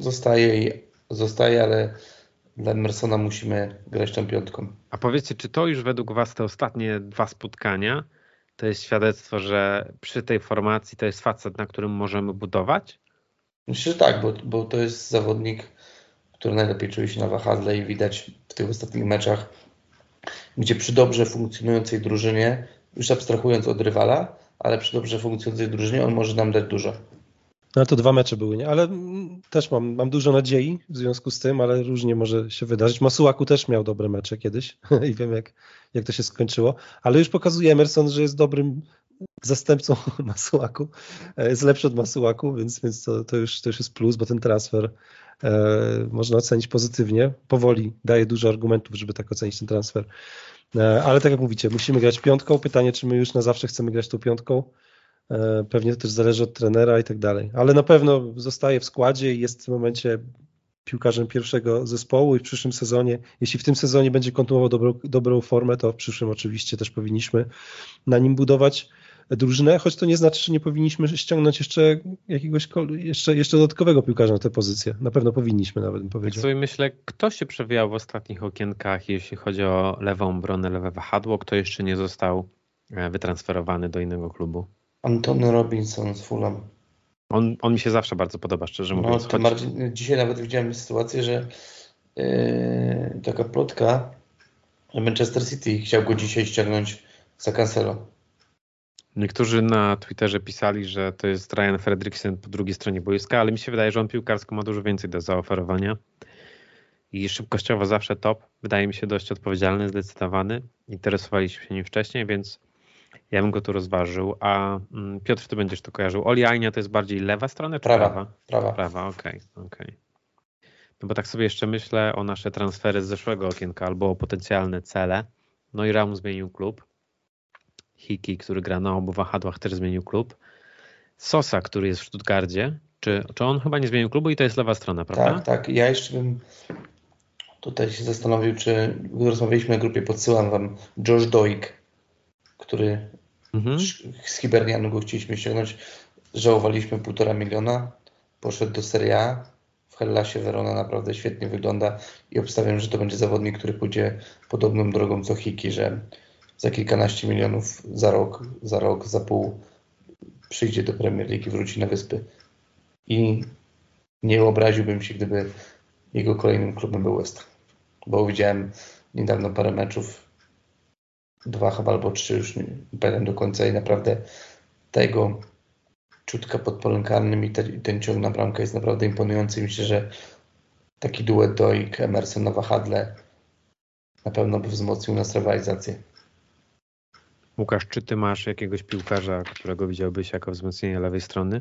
Zostaje, ale dla Emersona musimy grać tą piątką. A powiedzcie, czy to już według was te ostatnie 2 spotkania to jest świadectwo, że przy tej formacji to jest facet, na którym możemy budować? Myślę, że tak, bo to jest zawodnik, który najlepiej czuje się na wahadle i widać w tych ostatnich meczach, gdzie przy dobrze funkcjonującej drużynie, już abstrahując od rywala, ale przy dobrze funkcjonującej drużynie on może nam dać dużo. No to 2 mecze były, nie? Ale też mam dużo nadziei w związku z tym, ale różnie może się wydarzyć. Masuaku też miał dobre mecze kiedyś i wiem jak to się skończyło, ale już pokazuje Emerson, że jest dobrym zastępcą Masuaku, jest lepszy od Masuaku, więc to już jest plus, bo ten transfer można ocenić pozytywnie. Powoli daje dużo argumentów, żeby tak ocenić ten transfer. Ale tak jak mówicie, musimy grać piątką. Pytanie, czy my już na zawsze chcemy grać tą piątką. Pewnie to też zależy od trenera i tak dalej. Ale na pewno zostaje w składzie i jest w tym momencie piłkarzem pierwszego zespołu i w przyszłym sezonie, jeśli w tym sezonie będzie kontynuował dobrą formę, to w przyszłym oczywiście też powinniśmy na nim budować drużynę, choć to nie znaczy, że nie powinniśmy ściągnąć jeszcze jakiegoś jeszcze dodatkowego piłkarza na tę pozycję. Na pewno powinniśmy, nawet bym powiedział. Tak sobie myślę, kto się przewijał w ostatnich okienkach, jeśli chodzi o lewą obronę, lewe wahadło, kto jeszcze nie został wytransferowany do innego klubu? Antony Robinson z Fulham. On mi się zawsze bardzo podoba, szczerze mówiąc. Tym bardziej, dzisiaj nawet widziałem sytuację, że taka plotka, że Manchester City chciał go dzisiaj ściągnąć za Cancelo. Niektórzy na Twitterze pisali, że to jest Ryan Fredriksen po drugiej stronie boiska, ale mi się wydaje, że on piłkarsko ma dużo więcej do zaoferowania i szybkościowo zawsze top. Wydaje mi się dość odpowiedzialny, zdecydowany. Interesowaliśmy się nim wcześniej, więc ja bym go tu rozważył. A Piotr, ty będziesz to kojarzył. Oli Ajnia to jest bardziej lewa strona czy prawa? Prawa, okej. No bo tak sobie jeszcze myślę o nasze transfery z zeszłego okienka albo o potencjalne cele. No i Raum zmienił klub. Hiki, który gra na obu wahadłach, też zmienił klub. Sosa, który jest w Stuttgarcie. Czy on chyba nie zmienił klubu i to jest lewa strona, prawda? Tak. Ja jeszcze bym tutaj się zastanowił, czy gdy rozmawialiśmy na grupie, podsyłam wam Josh Doig, który z Hibernianu go chcieliśmy ściągnąć. Żałowaliśmy 1,5 miliona. Poszedł do Serie A. W Hellasie Verona naprawdę świetnie wygląda i obstawiam, że to będzie zawodnik, który pójdzie podobną drogą co Hiki, że za kilkanaście milionów za rok, za pół przyjdzie do Premier League i wróci na wyspy. I nie obraziłbym się, gdyby jego kolejnym klubem był West Ham. Bo widziałem niedawno parę meczów, 2 chyba albo 3, już nie pamiętam do końca i naprawdę ta jego czutka pod polem karnym i ten ciąg na bramkę jest naprawdę imponujący. Myślę, że taki duet Doig, Emerson na wahadle na pewno by wzmocnił nas rywalizację. Łukasz, czy ty masz jakiegoś piłkarza, którego widziałbyś jako wzmocnienie lewej strony?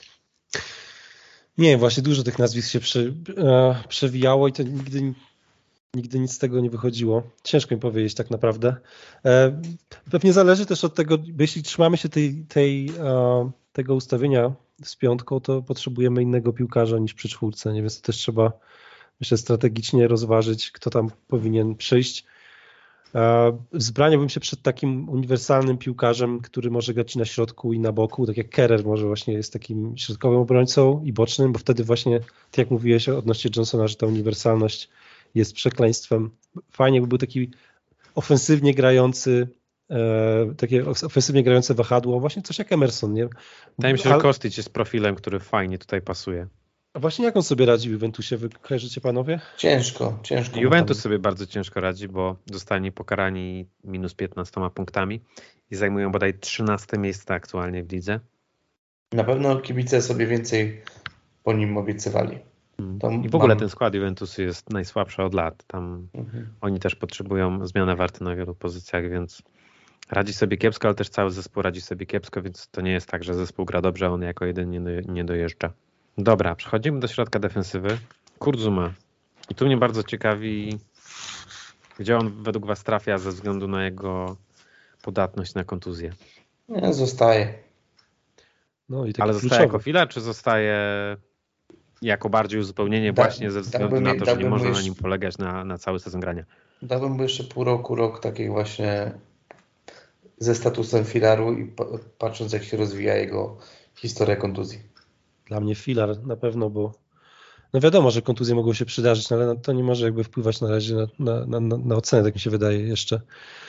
Nie, właśnie dużo tych nazwisk się przewijało i to nigdy nic z tego nie wychodziło. Ciężko mi powiedzieć tak naprawdę. Pewnie zależy też od tego, bo jeśli trzymamy się tego ustawienia z piątką, to potrzebujemy innego piłkarza niż przy czwórce, nie? Więc to też trzeba, myślę, strategicznie rozważyć, kto tam powinien przyjść. Wzbraniałbym się przed takim uniwersalnym piłkarzem, który może grać na środku i na boku, tak jak Kerrer może właśnie jest takim środkowym obrońcą i bocznym, bo wtedy właśnie, tak jak mówiłeś odnośnie Johnsona, że ta uniwersalność jest przekleństwem. Fajnie by był taki ofensywnie grający, takie ofensywnie grające wahadło, właśnie coś jak Emerson, nie? Wydaje mi się, że Kostic jest profilem, który fajnie tutaj pasuje. A właśnie jak on sobie radzi w Juventusie? Wy kojarzycie, panowie? Ciężko. Juventus sobie bardzo ciężko radzi, bo zostali pokarani minus 15 punktami i zajmują bodaj 13 miejsce aktualnie w lidze. Na pewno kibice sobie więcej po nim obiecywali. I w ogóle ten skład Juventusu jest najsłabszy od lat. Tam oni też potrzebują zmiany warty na wielu pozycjach, więc radzi sobie kiepsko, ale też cały zespół radzi sobie kiepsko, więc to nie jest tak, że zespół gra dobrze, a on jako jeden nie dojeżdża. Dobra, przechodzimy do środka defensywy. Kurt Zouma. I tu mnie bardzo ciekawi, gdzie on według was trafia ze względu na jego podatność na kontuzję. Nie, zostaje. No i ale zostaje jako filar, czy zostaje jako bardziej uzupełnienie właśnie ze względu na to, że nie można na nim polegać na cały sezon grania? Dałbym mu jeszcze pół roku, rok takiej właśnie ze statusem filaru i patrząc, jak się rozwija jego historia kontuzji. Dla mnie filar na pewno, bo no wiadomo, że kontuzje mogą się przydarzyć, ale to nie może jakby wpływać na razie na ocenę, tak mi się wydaje jeszcze.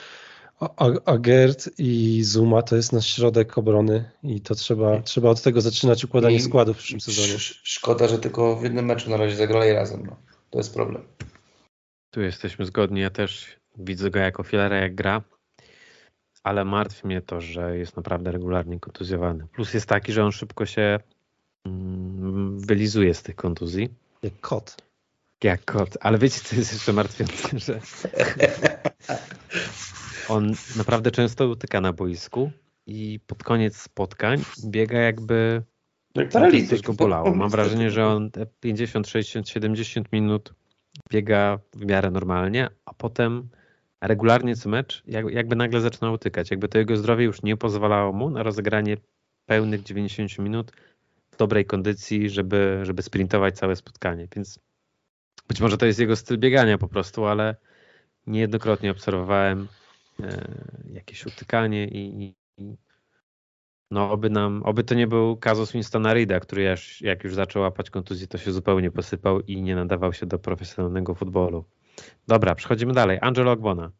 Agert i Zouma to jest nasz środek obrony i to trzeba od tego zaczynać układanie składów w przyszłym sezonie. Szkoda, że tylko w jednym meczu na razie zagrali razem. No. To jest problem. Tu jesteśmy zgodni. Ja też widzę go jako filera, jak gra, ale martwi mnie to, że jest naprawdę regularnie kontuzjowany. Plus jest taki, że on szybko się wylizuje z tych kontuzji. Jak kot. Ale wiecie, co jest jeszcze martwiące, że on naprawdę często utyka na boisku i pod koniec spotkań biega jakby coś go bolało. Mam wrażenie, że on 50, 60, 70 minut biega w miarę normalnie, a potem regularnie co mecz jakby nagle zaczyna utykać. Jakby to jego zdrowie już nie pozwalało mu na rozegranie pełnych 90 minut w dobrej kondycji, żeby sprintować całe spotkanie. Więc być może to jest jego styl biegania po prostu, ale niejednokrotnie obserwowałem jakieś utykanie i no oby to nie był kazus Winstona Reeda, który jak już zaczął łapać kontuzję, to się zupełnie posypał i nie nadawał się do profesjonalnego futbolu. Dobra, przechodzimy dalej. Angelo Ogbonna.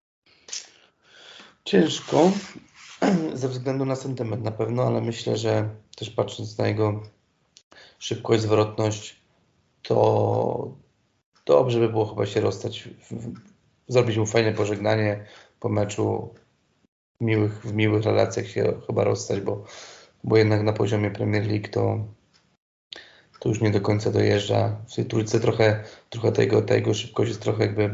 Ciężko, ze względu na sentyment na pewno, ale myślę, że też patrząc na jego szybkość, zwrotność, to dobrze by było chyba się rozstać, zrobić mu fajne pożegnanie po meczu, w miłych relacjach się chyba rozstać, bo jednak na poziomie Premier League to już nie do końca dojeżdża. W tej trójce trochę ta jego szybkość jest trochę jakby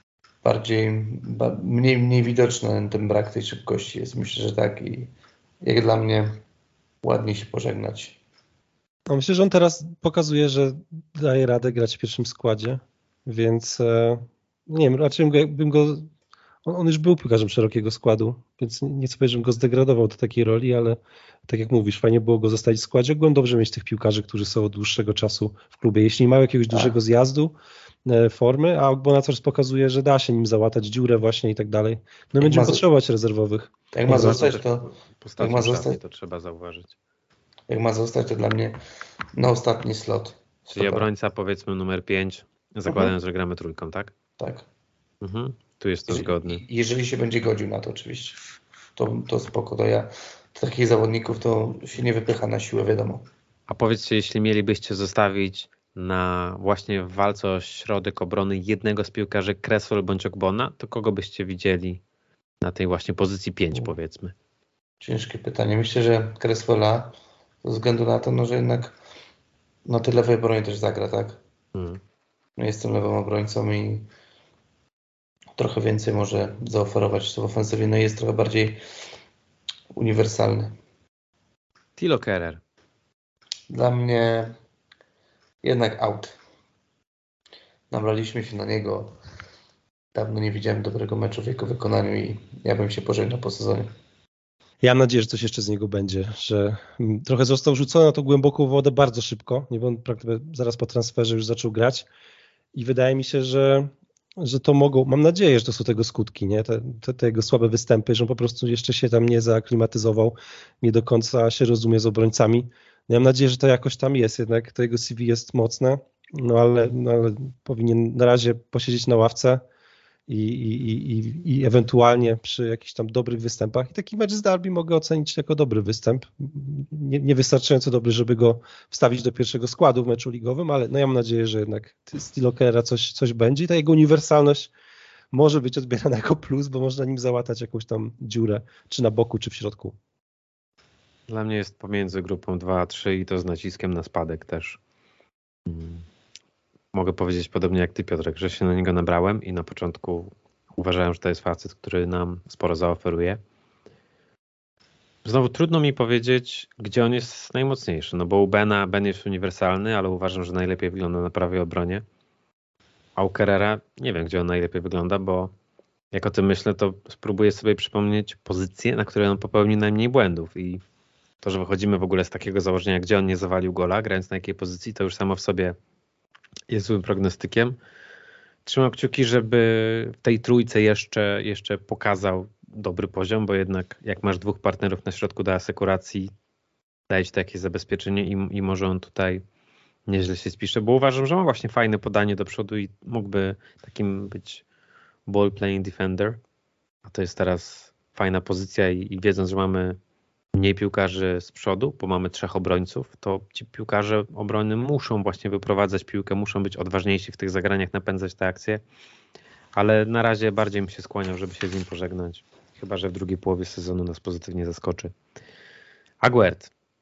mniej widoczny, ten brak tej szybkości jest. Myślę, że tak i jak dla mnie ładniej się pożegnać. No myślę, że on teraz pokazuje, że daje radę grać w pierwszym składzie, więc nie wiem, raczej bym go on już był piłkarzem szerokiego składu, więc nie chcę powiedzieć, żebym go zdegradował do takiej roli, ale tak jak mówisz, fajnie było go zostawić w składzie. Byłem dobrze mieć tych piłkarzy, którzy są od dłuższego czasu w klubie. Jeśli nie mają jakiegoś dużego zjazdu formy, a Ogbonna coraz pokazuje, że da się nim załatać dziurę właśnie i tak dalej. No będziemy potrzebować rezerwowych. Jak ma zostać, to trzeba zauważyć. Jak ma zostać, to dla mnie na ostatni slot. Czyli obrońca powiedzmy numer 5, zakładając, że gramy trójką, tak? Tak. Tu jest to zgodny. Jeżeli się będzie godził na to oczywiście, to spoko. To takich zawodników to się nie wypycha na siłę, wiadomo. A powiedzcie, jeśli mielibyście zostawić na właśnie w walce o środek obrony jednego z piłkarzy, Cresswell bądź Ogbonna, to kogo byście widzieli na tej właśnie pozycji 5 powiedzmy? Ciężkie pytanie. Myślę, że Cresswella ze względu na to, że jednak na tej lewej obronie też zagra, tak? Ja jestem lewym obrońcą i trochę więcej może zaoferować w ofensywie, no i jest trochę bardziej uniwersalny. Thilo Kehrer. Dla mnie jednak out. Nabraliśmy się na niego. Dawno nie widziałem dobrego meczu w jego wykonaniu i ja bym się pożegnał po sezonie. Ja mam nadzieję, że coś jeszcze z niego będzie, że trochę został rzucony na tą głęboką wodę bardzo szybko, nie, bo on praktycznie zaraz po transferze już zaczął grać i wydaje mi się, że to mogą, mam nadzieję, że to są tego skutki, nie? Te jego słabe występy, że on po prostu jeszcze się tam nie zaaklimatyzował, nie do końca się rozumie z obrońcami. No, mam nadzieję, że to jakoś tam jest, jednak to jego CV jest mocne, no ale powinien na razie posiedzieć na ławce i ewentualnie przy jakichś tam dobrych występach. I taki mecz z Derby mogę ocenić jako dobry występ. Niewystarczająco dobry, żeby go wstawić do pierwszego składu w meczu ligowym, ale no ja mam nadzieję, że jednak z Thilo Kehrera coś będzie i ta jego uniwersalność może być odbierana jako plus, bo można nim załatać jakąś tam dziurę, czy na boku, czy w środku. Dla mnie jest pomiędzy grupą 2 a 3 i to z naciskiem na spadek też. Mogę powiedzieć podobnie jak ty, Piotrek, że się na niego nabrałem i na początku uważałem, że to jest facet, który nam sporo zaoferuje. Znowu trudno mi powiedzieć, gdzie on jest najmocniejszy, no bo u Ben jest uniwersalny, ale uważam, że najlepiej wygląda na prawej obronie. A u Kehrera nie wiem, gdzie on najlepiej wygląda, bo jak o tym myślę, to spróbuję sobie przypomnieć pozycję, na której on popełnił najmniej błędów i to, że wychodzimy w ogóle z takiego założenia, gdzie on nie zawalił gola, grając na jakiej pozycji, to już samo w sobie jest złym prognostykiem. Trzymam kciuki, żeby w tej trójce jeszcze pokazał dobry poziom, bo jednak jak masz dwóch partnerów na środku do asekuracji, daje ci takie zabezpieczenie i może on tutaj nieźle się spisze, bo uważam, że ma właśnie fajne podanie do przodu i mógłby takim być ball playing defender, a to jest teraz fajna pozycja i wiedząc, że mamy mniej piłkarzy z przodu, bo mamy 3 obrońców, to ci piłkarze obrony muszą właśnie wyprowadzać piłkę, muszą być odważniejsi w tych zagraniach, napędzać te akcje, ale na razie bardziej bym się skłaniał, żeby się z nim pożegnać, chyba że w drugiej połowie sezonu nas pozytywnie zaskoczy. Aguerd.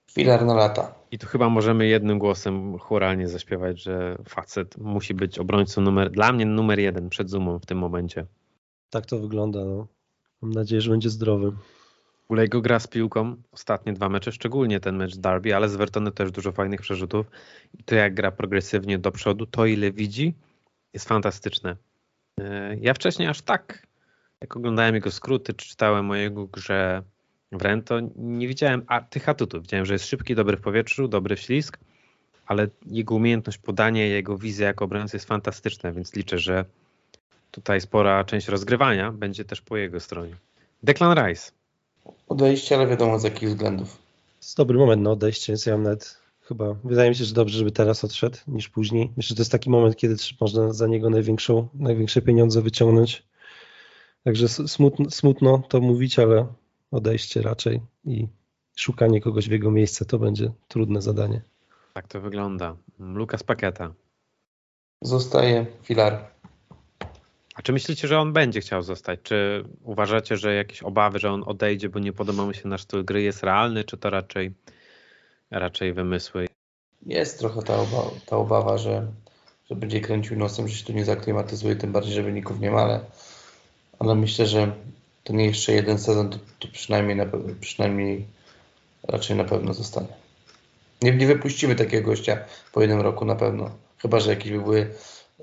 Filar na lata. I tu chyba możemy jednym głosem chóralnie zaśpiewać, że facet musi być obrońcą dla mnie numer 1 przed Zumą w tym momencie. Tak to wygląda. No. Mam nadzieję, że będzie zdrowy. W ogóle jego gra z piłką, ostatnie 2 mecze, szczególnie ten mecz Derby, ale z Evertonu też dużo fajnych przerzutów. I to jak gra progresywnie do przodu, to ile widzi, jest fantastyczne. Ja wcześniej aż tak, jak oglądałem jego skróty, czy czytałem o jego grze w Rennes, to nie widziałem tych atutów. Widziałem, że jest szybki, dobry w powietrzu, dobry w ślizg, ale jego umiejętność podania, jego wizja jako obrońcy jest fantastyczna, więc liczę, że tutaj spora część rozgrywania będzie też po jego stronie. Declan Rice. Odejście, ale wiadomo z jakich względów. To jest dobry moment na odejście, więc ja mam nawet chyba, wydaje mi się, że dobrze, żeby teraz odszedł niż później. Myślę, że to jest taki moment, kiedy można za niego największe pieniądze wyciągnąć. Także smutno to mówić, ale odejście raczej i szukanie kogoś w jego miejsce to będzie trudne zadanie. Tak to wygląda. Lucas Paqueta. Zostaje Filar. A czy myślicie, że on będzie chciał zostać? Czy uważacie, że jakieś obawy, że on odejdzie, bo nie podoba mu się nasz styl gry, jest realny, czy to raczej wymysły? Jest trochę ta obawa, że będzie kręcił nosem, że się tu nie zaklimatyzuje, tym bardziej, że wyników nie ma, ale myślę, że to nie jeszcze jeden sezon, to przynajmniej raczej na pewno zostanie. Nie wypuścimy takiego gościa po 1 roku na pewno. Chyba że jakieś by były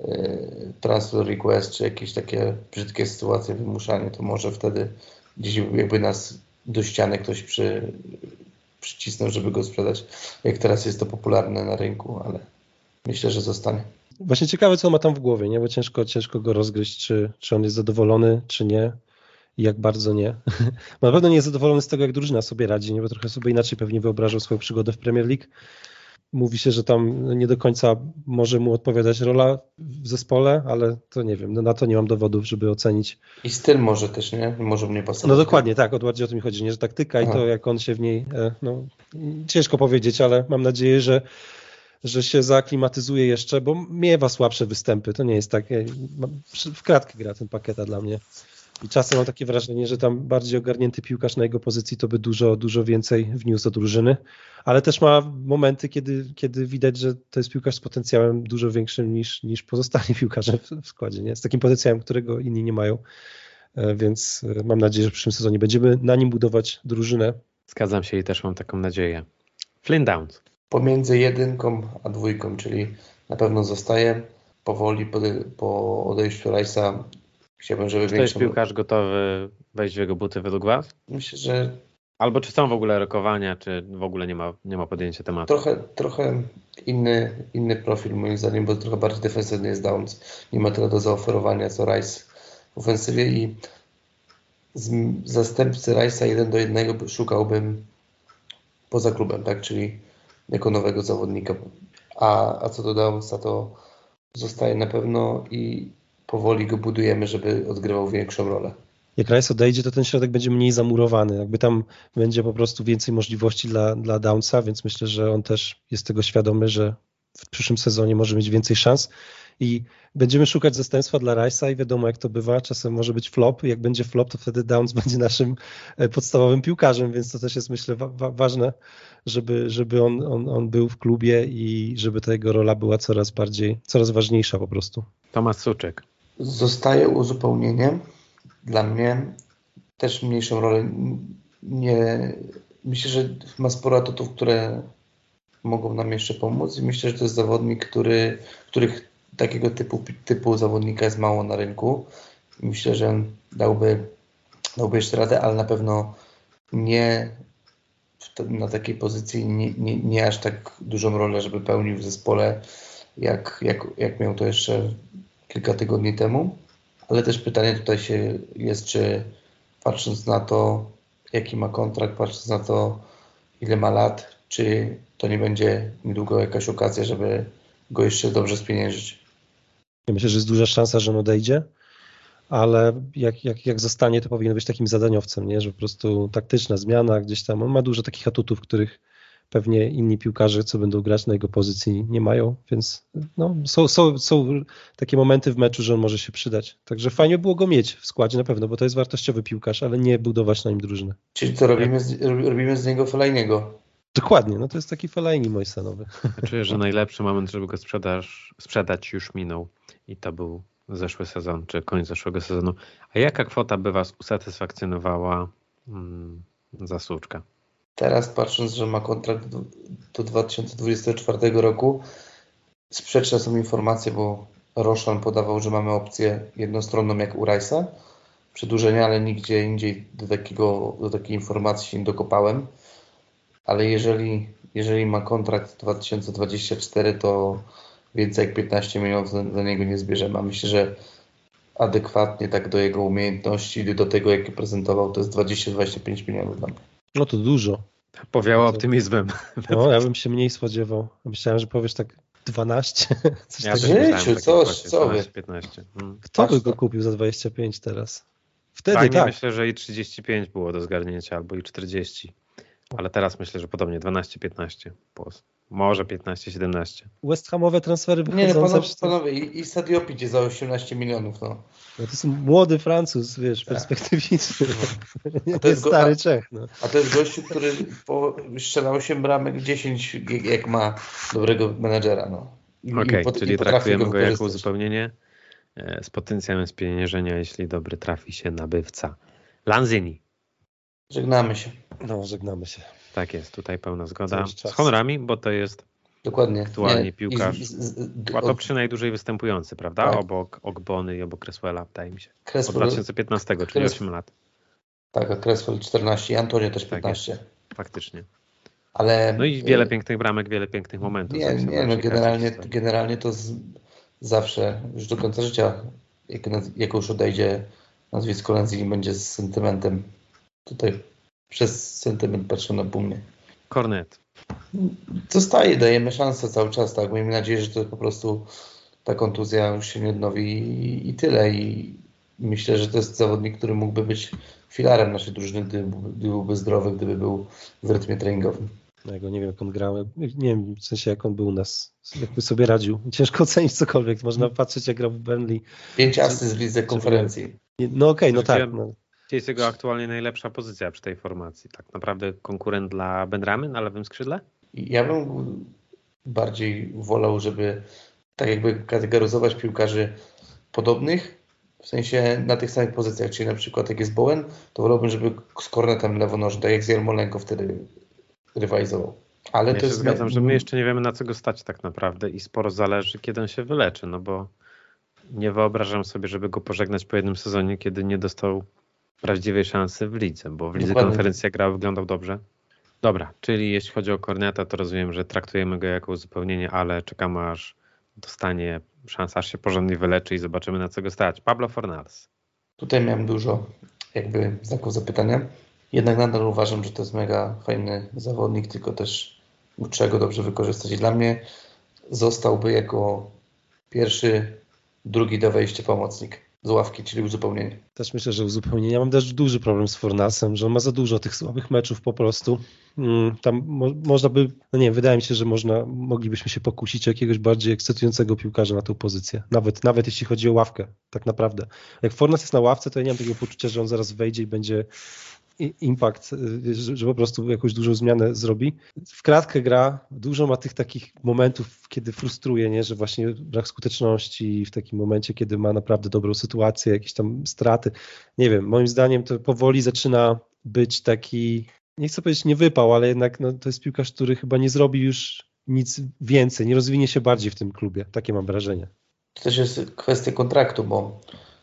transfer request, czy jakieś takie brzydkie sytuacje, wymuszanie, to może wtedy gdzieś jakby nas do ściany ktoś przycisnął, żeby go sprzedać. Jak teraz jest to popularne na rynku, ale myślę, że zostanie. Właśnie ciekawe, co on ma tam w głowie, nie? Bo ciężko go rozgryźć, czy on jest zadowolony, czy nie. I jak bardzo nie. Na pewno nie jest zadowolony z tego, jak drużyna sobie radzi, nie? Bo trochę sobie inaczej pewnie wyobrażał swoją przygodę w Premier League. Mówi się, że tam nie do końca może mu odpowiadać rola w zespole, ale to nie wiem, na to nie mam dowodów, żeby ocenić. I styl może też, nie? Może mnie pasować. No dokładnie, tak, bardziej o to mi chodzi, nie? Że taktyka i to, jak on się w niej, ciężko powiedzieć, ale mam nadzieję, że się zaaklimatyzuje jeszcze, bo miewa słabsze występy, to nie jest tak, w kratkę gra ten Paqueta dla mnie. I czasem mam takie wrażenie, że tam bardziej ogarnięty piłkarz na jego pozycji to by dużo więcej wniósł do drużyny, ale też ma momenty, kiedy widać, że to jest piłkarz z potencjałem dużo większym niż pozostali piłkarze w składzie, nie? Z takim potencjałem, którego inni nie mają, więc mam nadzieję, że w przyszłym sezonie będziemy na nim budować drużynę. Zgadzam się i też mam taką nadzieję. Flynn Downs. Pomiędzy 1 a 2, czyli na pewno zostaje powoli po odejściu Rice'a. Chciałbym, żeby czy to jest piłkarz gotowy wejść w jego buty według was? Myślę, że... Albo czy są w ogóle rokowania, czy w ogóle nie ma podjęcia tematu? Trochę inny profil moim zdaniem, bo trochę bardziej defensywny jest Downs. Nie ma tyle do zaoferowania co Rice w ofensywie i z zastępcy Rice'a 1-1 szukałbym poza klubem, tak? Czyli jako nowego zawodnika. A co do Downsa, to zostaje na pewno i powoli go budujemy, żeby odgrywał większą rolę. Jak Rice odejdzie, to ten środek będzie mniej zamurowany. Jakby tam będzie po prostu więcej możliwości dla Downsa, więc myślę, że on też jest tego świadomy, że w przyszłym sezonie może mieć więcej szans i będziemy szukać zastępstwa dla Rice'a i wiadomo jak to bywa, czasem może być flop. Jak będzie flop, to wtedy Downs będzie naszym podstawowym piłkarzem, więc to też jest myślę ważne, żeby on był w klubie i żeby ta jego rola była coraz ważniejsza po prostu. Tomasz Suchek. Zostaje uzupełnieniem. Dla mnie też mniejszą rolę. Myślę, że ma sporo atutów, które mogą nam jeszcze pomóc i myślę, że to jest zawodnik, których takiego typu zawodnika jest mało na rynku. Myślę, że on dałby jeszcze radę, ale na pewno nie na takiej pozycji, nie aż tak dużą rolę, żeby pełnił w zespole, jak miał to jeszcze kilka tygodni temu. Ale też pytanie tutaj jest, czy patrząc na to, jaki ma kontrakt, patrząc na to, ile ma lat, czy to nie będzie niedługo jakaś okazja, żeby go jeszcze dobrze spieniężyć. Ja myślę, że jest duża szansa, że on odejdzie, ale jak zostanie, to powinien być takim zadaniowcem, nie? Że po prostu taktyczna zmiana gdzieś tam. On ma dużo takich atutów, których pewnie inni piłkarze, co będą grać na jego pozycji, nie mają, więc no, są takie momenty w meczu, że on może się przydać. Także fajnie było go mieć w składzie na pewno, bo to jest wartościowy piłkarz, ale nie budować na nim drużynę. Czyli co, robimy z niego Fellainiego? Dokładnie, no to jest taki Fellaini Moisenowy. Ja czuję, że najlepszy moment, żeby go sprzedać już minął i to był zeszły sezon, czy koniec zeszłego sezonu. A jaka kwota by was usatysfakcjonowała za Słuczka? Teraz patrząc, że ma kontrakt do 2024 roku, sprzeczne są informacje, bo Roshan podawał, że mamy opcję jednostronną jak u Rice'a przedłużenia, ale nigdzie indziej do takiej informacji się nie dokopałem. Ale jeżeli ma kontrakt 2024, to więcej jak 15 milionów za niego nie zbierzemy. A myślę, że adekwatnie tak do jego umiejętności i do tego, jakie prezentował, to jest 20-25 milionów dla mnie. No to dużo. Powiało optymizmem. No, ja bym się mniej spodziewał. Myślałem, że powiesz tak 12. Coś Ja takiego. też myślałem, co wy? 15. Kto by go kupił za 25 teraz? Wtedy Fajnie, tak. myślę, że i 35 było do zgarnięcia, albo i 40. Ale teraz myślę, że podobnie 12-15. Może 15-17. West Hamowe transfery Nie, wychodzące... panowie, i Sadiopi idzie za 18 milionów. No. No to jest młody Francuz, wiesz, perspektywiczny. Nie, to jest stary Czech. No. A to jest gościu, który strzela 8 bramek, 10 jak ma dobrego menedżera. No. Okej, czyli traktujemy go jako uzupełnienie z potencjałem spieniężenia, jeśli dobry trafi się nabywca. Lanzini. Żegnamy się. No, żegnamy się. Tak jest, tutaj pełna zgoda. Z honorami, bo to jest dokładnie aktualnie piłkarz top 3 najdłużej występujący, prawda? Tak. Obok Ogbony i obok Cresswella, wydaje mi się. Od 2015, czyli 8 lat. Tak, a Cresswell 14 i Antonio też 15. Tak, faktycznie. Ale, no i wiele pięknych bramek, wiele pięknych momentów. Generalnie to zawsze, już do końca życia, jak już odejdzie nazwisko Lanzini, będzie z sentymentem. Tutaj przez sentyment patrzę na bumnie. Kornet. Zostaje, dajemy szansę cały czas, tak. Miejmy nadzieję, że to po prostu ta kontuzja już się nie odnowi i tyle. I myślę, że to jest zawodnik, który mógłby być filarem naszej drużyny, gdyby byłby zdrowy, gdyby był w rytmie treningowym. Ja go nie wiem, jak on grał. Nie wiem, w sensie jak on był u nas, jakby sobie radził. Ciężko ocenić cokolwiek. Można patrzeć, jak grał w Burnley. 5 asyst w lidze konferencji. No okej, no tak. No. To jest jego aktualnie najlepsza pozycja przy tej formacji. Tak naprawdę konkurent dla Benramy na lewym skrzydle? Ja bym bardziej wolał, żeby tak jakby kategoryzować piłkarzy podobnych, w sensie na tych samych pozycjach, czyli na przykład jak jest Bowen, to wolałbym, żeby z Kornetem lewonożnym, tak jak z Jarmolenko wtedy rywalizował. Ale ja się zgadzam, że my jeszcze nie wiemy, na co go stać tak naprawdę i sporo zależy, kiedy on się wyleczy, no bo nie wyobrażam sobie, żeby go pożegnać po jednym sezonie, kiedy nie dostał prawdziwej szansy w lidze, bo w lidze konferencja grał, wyglądał dobrze. Dobra, czyli jeśli chodzi o Korneta, to rozumiem, że traktujemy go jako uzupełnienie, ale czekamy, aż dostanie szansę, aż się porządnie wyleczy i zobaczymy, na co go stać. Pablo Fornals. Tutaj miałem dużo znaków zapytania. Jednak nadal uważam, że to jest mega fajny zawodnik, tylko też trzeba go dobrze wykorzystać. I dla mnie zostałby jako pierwszy, drugi do wejścia pomocnik z ławki, czyli uzupełnienie. Też myślę, że uzupełnienie. Ja mam też duży problem z Fornalsem, że on ma za dużo tych słabych meczów po prostu. Tam można by, no nie wiem, wydaje mi się, że moglibyśmy się pokusić o jakiegoś bardziej ekscytującego piłkarza na tą pozycję. Nawet jeśli chodzi o ławkę, tak naprawdę. Jak Fornals jest na ławce, to ja nie mam takiego poczucia, że on zaraz wejdzie i będzie impact, że po prostu jakąś dużą zmianę zrobi. W kratkę gra, dużo ma tych takich momentów, kiedy frustruje, nie? Że właśnie brak skuteczności w takim momencie, kiedy ma naprawdę dobrą sytuację, jakieś tam straty. Nie wiem, moim zdaniem to powoli zaczyna być taki, nie chcę powiedzieć nie wypał, ale jednak no, to jest piłkarz, który chyba nie zrobi już nic więcej, nie rozwinie się bardziej w tym klubie. Takie mam wrażenie. To też jest kwestia kontraktu, bo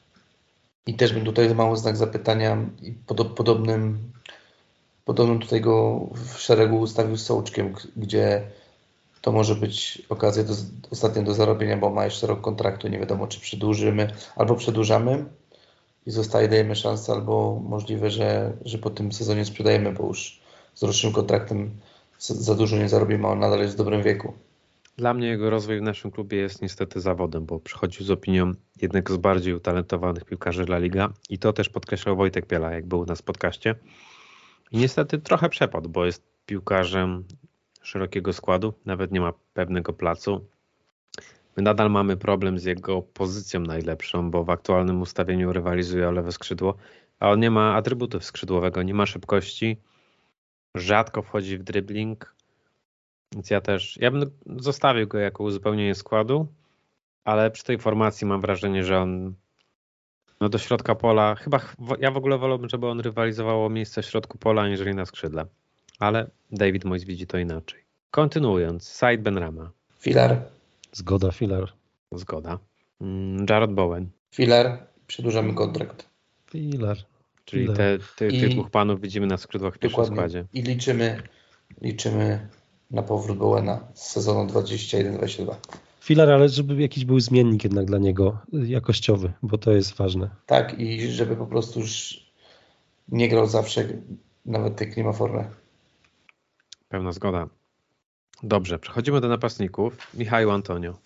i też bym tutaj mały znak zapytania i podobnym tutaj go w szeregu ustawił z Sołczkiem, gdzie to może być okazja ostatnio do zarobienia, bo ma jeszcze rok kontraktu, nie wiadomo czy przedłużymy, albo przedłużamy i dajemy szansę, albo możliwe, że po tym sezonie sprzedajemy, bo już z rocznym kontraktem za dużo nie zarobimy, a on nadal jest w dobrym wieku. Dla mnie jego rozwój w naszym klubie jest niestety zawodem, bo przychodził z opinią jednego z bardziej utalentowanych piłkarzy La Liga i to też podkreślał Wojtek Piela, jak był na podcaście. I niestety trochę przepadł, bo jest piłkarzem szerokiego składu, nawet nie ma pewnego placu. My nadal mamy problem z jego pozycją najlepszą, bo w aktualnym ustawieniu rywalizuje o lewe skrzydło, a on nie ma atrybutów skrzydłowego, nie ma szybkości, rzadko wchodzi w dribbling, Więc ja bym zostawił go jako uzupełnienie składu, ale przy tej formacji mam wrażenie, że on do środka pola, ja w ogóle wolałbym, żeby on rywalizował o miejsce w środku pola, aniżeli na skrzydle. Ale David Moyes widzi to inaczej. Kontynuując, Said Benrahma. Filar. Zgoda, Filar. Zgoda. Jarrod Bowen. Filar, przedłużamy kontrakt. Filar. Czyli tych dwóch panów widzimy na skrzydłach w pierwszym składzie. I liczymy na powrót Bowena z sezonu 21-22. Filar, ale żeby jakiś był zmiennik jednak dla niego jakościowy, bo to jest ważne. Tak, i żeby po prostu już nie grał zawsze, nawet jak nie ma formy. Pełna zgoda. Dobrze, przechodzimy do napastników. Michał Antonio.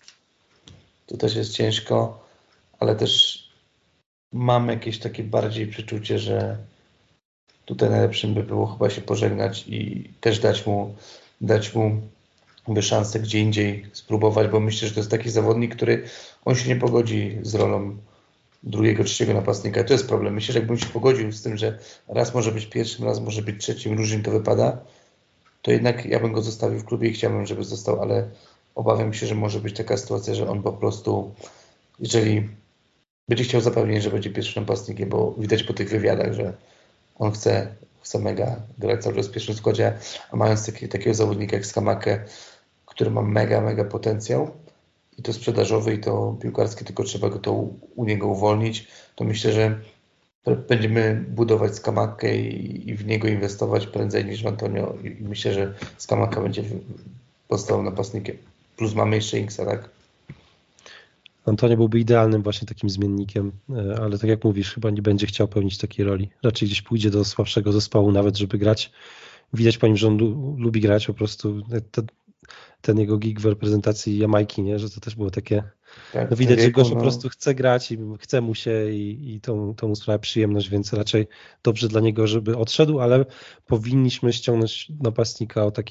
Tu też jest ciężko, ale też mam jakieś takie bardziej przeczucie, że tutaj najlepszym by było chyba się pożegnać i też dać mu szansę gdzie indziej spróbować, bo myślę, że to jest taki zawodnik, który on się nie pogodzi z rolą drugiego, trzeciego napastnika. To jest problem. Myślę, że jakbym się pogodził z tym, że raz może być pierwszym, raz może być trzecim, różnie to wypada, to jednak ja bym go zostawił w klubie i chciałbym, żeby został, ale obawiam się, że może być taka sytuacja, że on po prostu, jeżeli będzie chciał zapewnić, że będzie pierwszym napastnikiem, bo widać po tych wywiadach, że on chce mega grać cały czas w pierwszym składzie, a mając takiego zawodnika jak Scamacca, który ma mega potencjał i to sprzedażowy i to piłkarski, tylko trzeba go to u niego uwolnić, to myślę, że będziemy budować Scamacca i w niego inwestować prędzej niż w Antonio i myślę, że Scamacca będzie podstawowym napastnikiem. Plus mamy jeszcze Inksa, tak? Antonio byłby idealnym właśnie takim zmiennikiem, ale tak jak mówisz, chyba nie będzie chciał pełnić takiej roli. Raczej gdzieś pójdzie do słabszego zespołu nawet, żeby grać. Widać po nim, że on lubi grać po prostu. Ten jego gig w reprezentacji Jamajki, nie? Że to też było takie... Tak, no widać, że gość po prostu chce grać i chce mu się i to mu sprawia przyjemność, więc raczej dobrze dla niego, żeby odszedł, ale powinniśmy ściągnąć napastnika o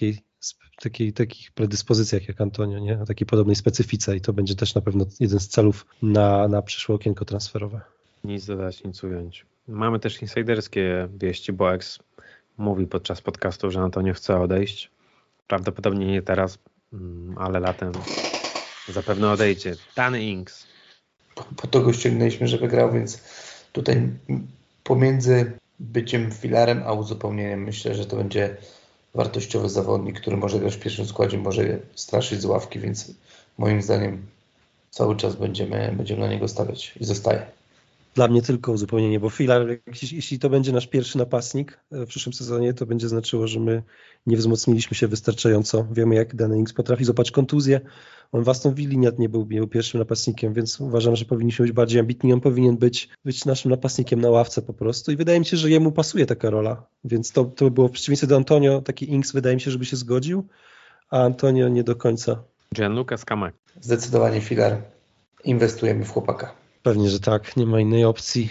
takich predyspozycjach jak Antonio, nie? O takiej podobnej specyfice i to będzie też na pewno jeden z celów na przyszłe okienko transferowe. Nic dodać, nic ująć. Mamy też insiderskie wieści, bo Ex mówi podczas podcastu, że Antonio chce odejść. Prawdopodobnie nie teraz, ale latem zapewne odejdzie. Danny Ings. Po to go ściągnęliśmy, żeby grał, więc tutaj pomiędzy byciem filarem a uzupełnieniem myślę, że to będzie wartościowy zawodnik, który może grać w pierwszym składzie, może straszyć z ławki, więc moim zdaniem cały czas będziemy na niego stawiać i zostaje. Dla mnie tylko uzupełnienie, bo Filar, jeśli to będzie nasz pierwszy napastnik w przyszłym sezonie, to będzie znaczyło, że my nie wzmocniliśmy się wystarczająco. Wiemy, jak Danny Ings potrafi złapać kontuzję. On w Aston Villa nie był pierwszym napastnikiem, więc uważam, że powinniśmy być bardziej ambitni. On powinien być naszym napastnikiem na ławce po prostu i wydaje mi się, że jemu pasuje taka rola. Więc to by było w przeciwieństwie do Antonio, taki Ings wydaje mi się, żeby się zgodził, a Antonio nie do końca. Gianluca Scamacca. Zdecydowanie Filar. Inwestujemy w chłopaka. Pewnie, że tak, nie ma innej opcji.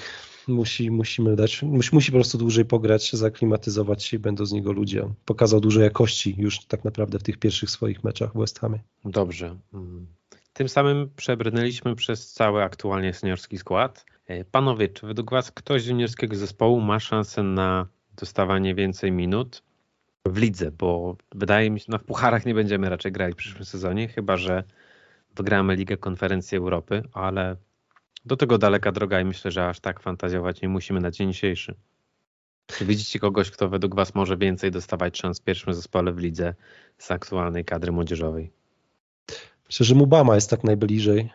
Musi po prostu dłużej pograć, zaklimatyzować się i będą z niego ludzie. On pokazał dużo jakości już tak naprawdę w tych pierwszych swoich meczach w West Hamie. Dobrze. Tym samym przebrnęliśmy przez cały aktualnie seniorski skład. Panowie, czy według Was ktoś z juniorskiego zespołu ma szansę na dostawanie więcej minut w lidze? Bo wydaje mi się, w pucharach nie będziemy raczej grać w przyszłym sezonie, chyba że wygramy Ligę Konferencji Europy, ale do tego daleka droga i myślę, że aż tak fantazjować nie musimy na dzień dzisiejszy. Czy widzicie kogoś, kto według Was może więcej dostawać szans w pierwszym zespole w lidze z aktualnej kadry młodzieżowej? Myślę, że Mubama jest tak najbliżej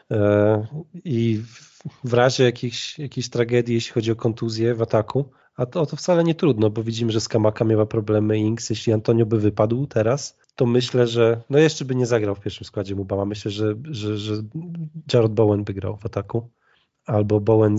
i w razie jakiejś tragedii, jeśli chodzi o kontuzję w ataku, a to wcale nie trudno, bo widzimy, że Scamacca miała problemy Ings. Jeśli Antonio by wypadł teraz, to myślę, że jeszcze by nie zagrał w pierwszym składzie Mubama. Myślę, że Jarrod Bowen by grał w ataku. Albo Bowen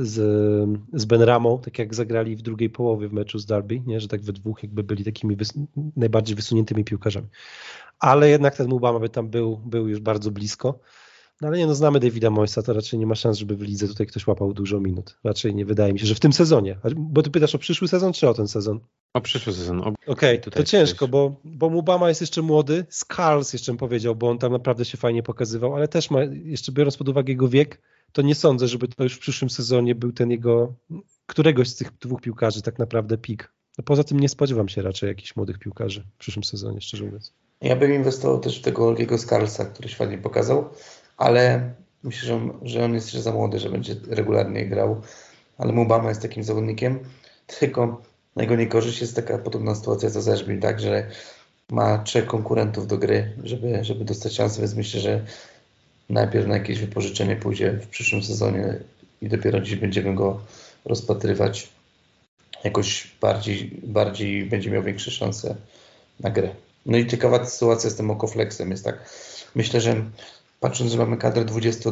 z Benrahmą, tak jak zagrali w drugiej połowie w meczu z Derby, nie? Że tak we dwóch jakby byli takimi najbardziej wysuniętymi piłkarzami. Ale jednak ten Mubama by tam był już bardzo blisko. No ale znamy Davida Moyesa, to raczej nie ma szans, żeby w lidze tutaj ktoś łapał dużo minut. Raczej nie wydaje mi się, że w tym sezonie. Bo ty pytasz o przyszły sezon, czy o ten sezon? O przyszły sezon. Okej, to ciężko, bo Mubama jest jeszcze młody, Skarls jeszcze bym powiedział, bo on tam naprawdę się fajnie pokazywał, ale też ma, jeszcze biorąc pod uwagę jego wiek, to nie sądzę, żeby to już w przyszłym sezonie był ten któregoś z tych dwóch piłkarzy tak naprawdę pik. No poza tym nie spodziewam się raczej jakichś młodych piłkarzy w przyszłym sezonie, szczerze mówiąc. Ja bym inwestował też w tego Olgiego Skarlsa, który się fajnie pokazał, ale myślę, że on jest jeszcze za młody, że będzie regularnie grał, ale Mubama jest takim zawodnikiem, tylko na jego niekorzyść jest taka podobna sytuacja co Zerzbin, tak, że ma 3 konkurentów do gry, żeby dostać szansę, więc myślę, że najpierw na jakieś wypożyczenie pójdzie w przyszłym sezonie i dopiero dziś będziemy go rozpatrywać jakoś bardziej będzie miał większe szanse na grę. No i ciekawa sytuacja z tym Okoflexem jest tak. Myślę, że patrząc, że mamy kadrę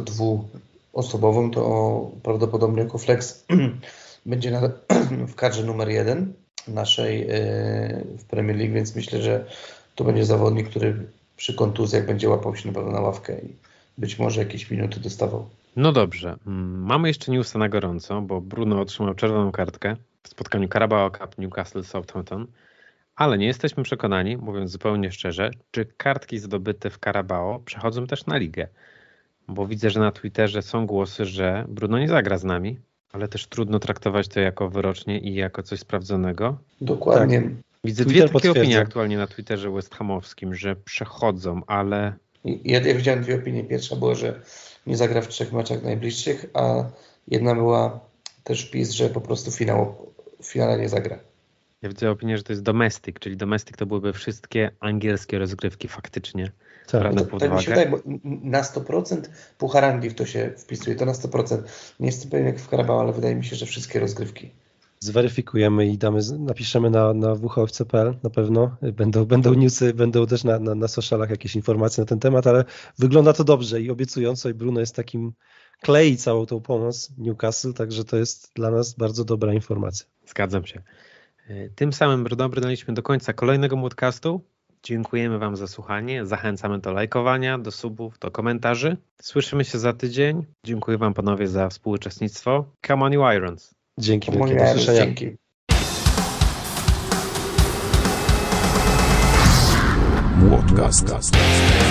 22-osobową, to prawdopodobnie Okoflex będzie w kadrze numer 1 naszej w Premier League, więc myślę, że to będzie zawodnik, który przy kontuzjach będzie łapał się na pewno na ławkę i być może jakieś minuty dostawał. No dobrze. Mamy jeszcze newsa na gorąco, bo Bruno otrzymał czerwoną kartkę w spotkaniu Carabao Cup Newcastle Southampton, ale nie jesteśmy przekonani, mówiąc zupełnie szczerze, czy kartki zdobyte w Carabao przechodzą też na ligę. Bo widzę, że na Twitterze są głosy, że Bruno nie zagra z nami, ale też trudno traktować to jako wyrocznie i jako coś sprawdzonego. Dokładnie. Tak. Widzę dwie takie opinie aktualnie na Twitterze West Hamowskim, że przechodzą, ale... Ja widziałem 2 opinie. Pierwsza była, że nie zagra w 3 meczach najbliższych, a jedna była też wpis, że po prostu w finale nie zagra. Ja widzę opinię, że to jest domestic, czyli domestic to byłyby wszystkie angielskie rozgrywki faktycznie. Tak, tak mi się wydaje, bo na 100% Puchar Anglii w to się wpisuje, to na 100%. Nie jestem pewien jak w Carabao, ale wydaje mi się, że wszystkie rozgrywki. Zweryfikujemy i napiszemy na whfc.pl na pewno. Będą newsy, będą też na socialach jakieś informacje na ten temat, ale wygląda to dobrze i obiecująco i Bruno jest takim, klei całą tą pomoc Newcastle, także to jest dla nas bardzo dobra informacja. Zgadzam się. Tym samym dobrnęliśmy do końca kolejnego podcastu. Dziękujemy Wam za słuchanie. Zachęcamy do lajkowania, do subów, do komentarzy. Słyszymy się za tydzień. Dziękuję Wam panowie za współuczestnictwo. Come on you Irons. Dzięki wielkie, do usłyszenia. Dzięki. Podcast.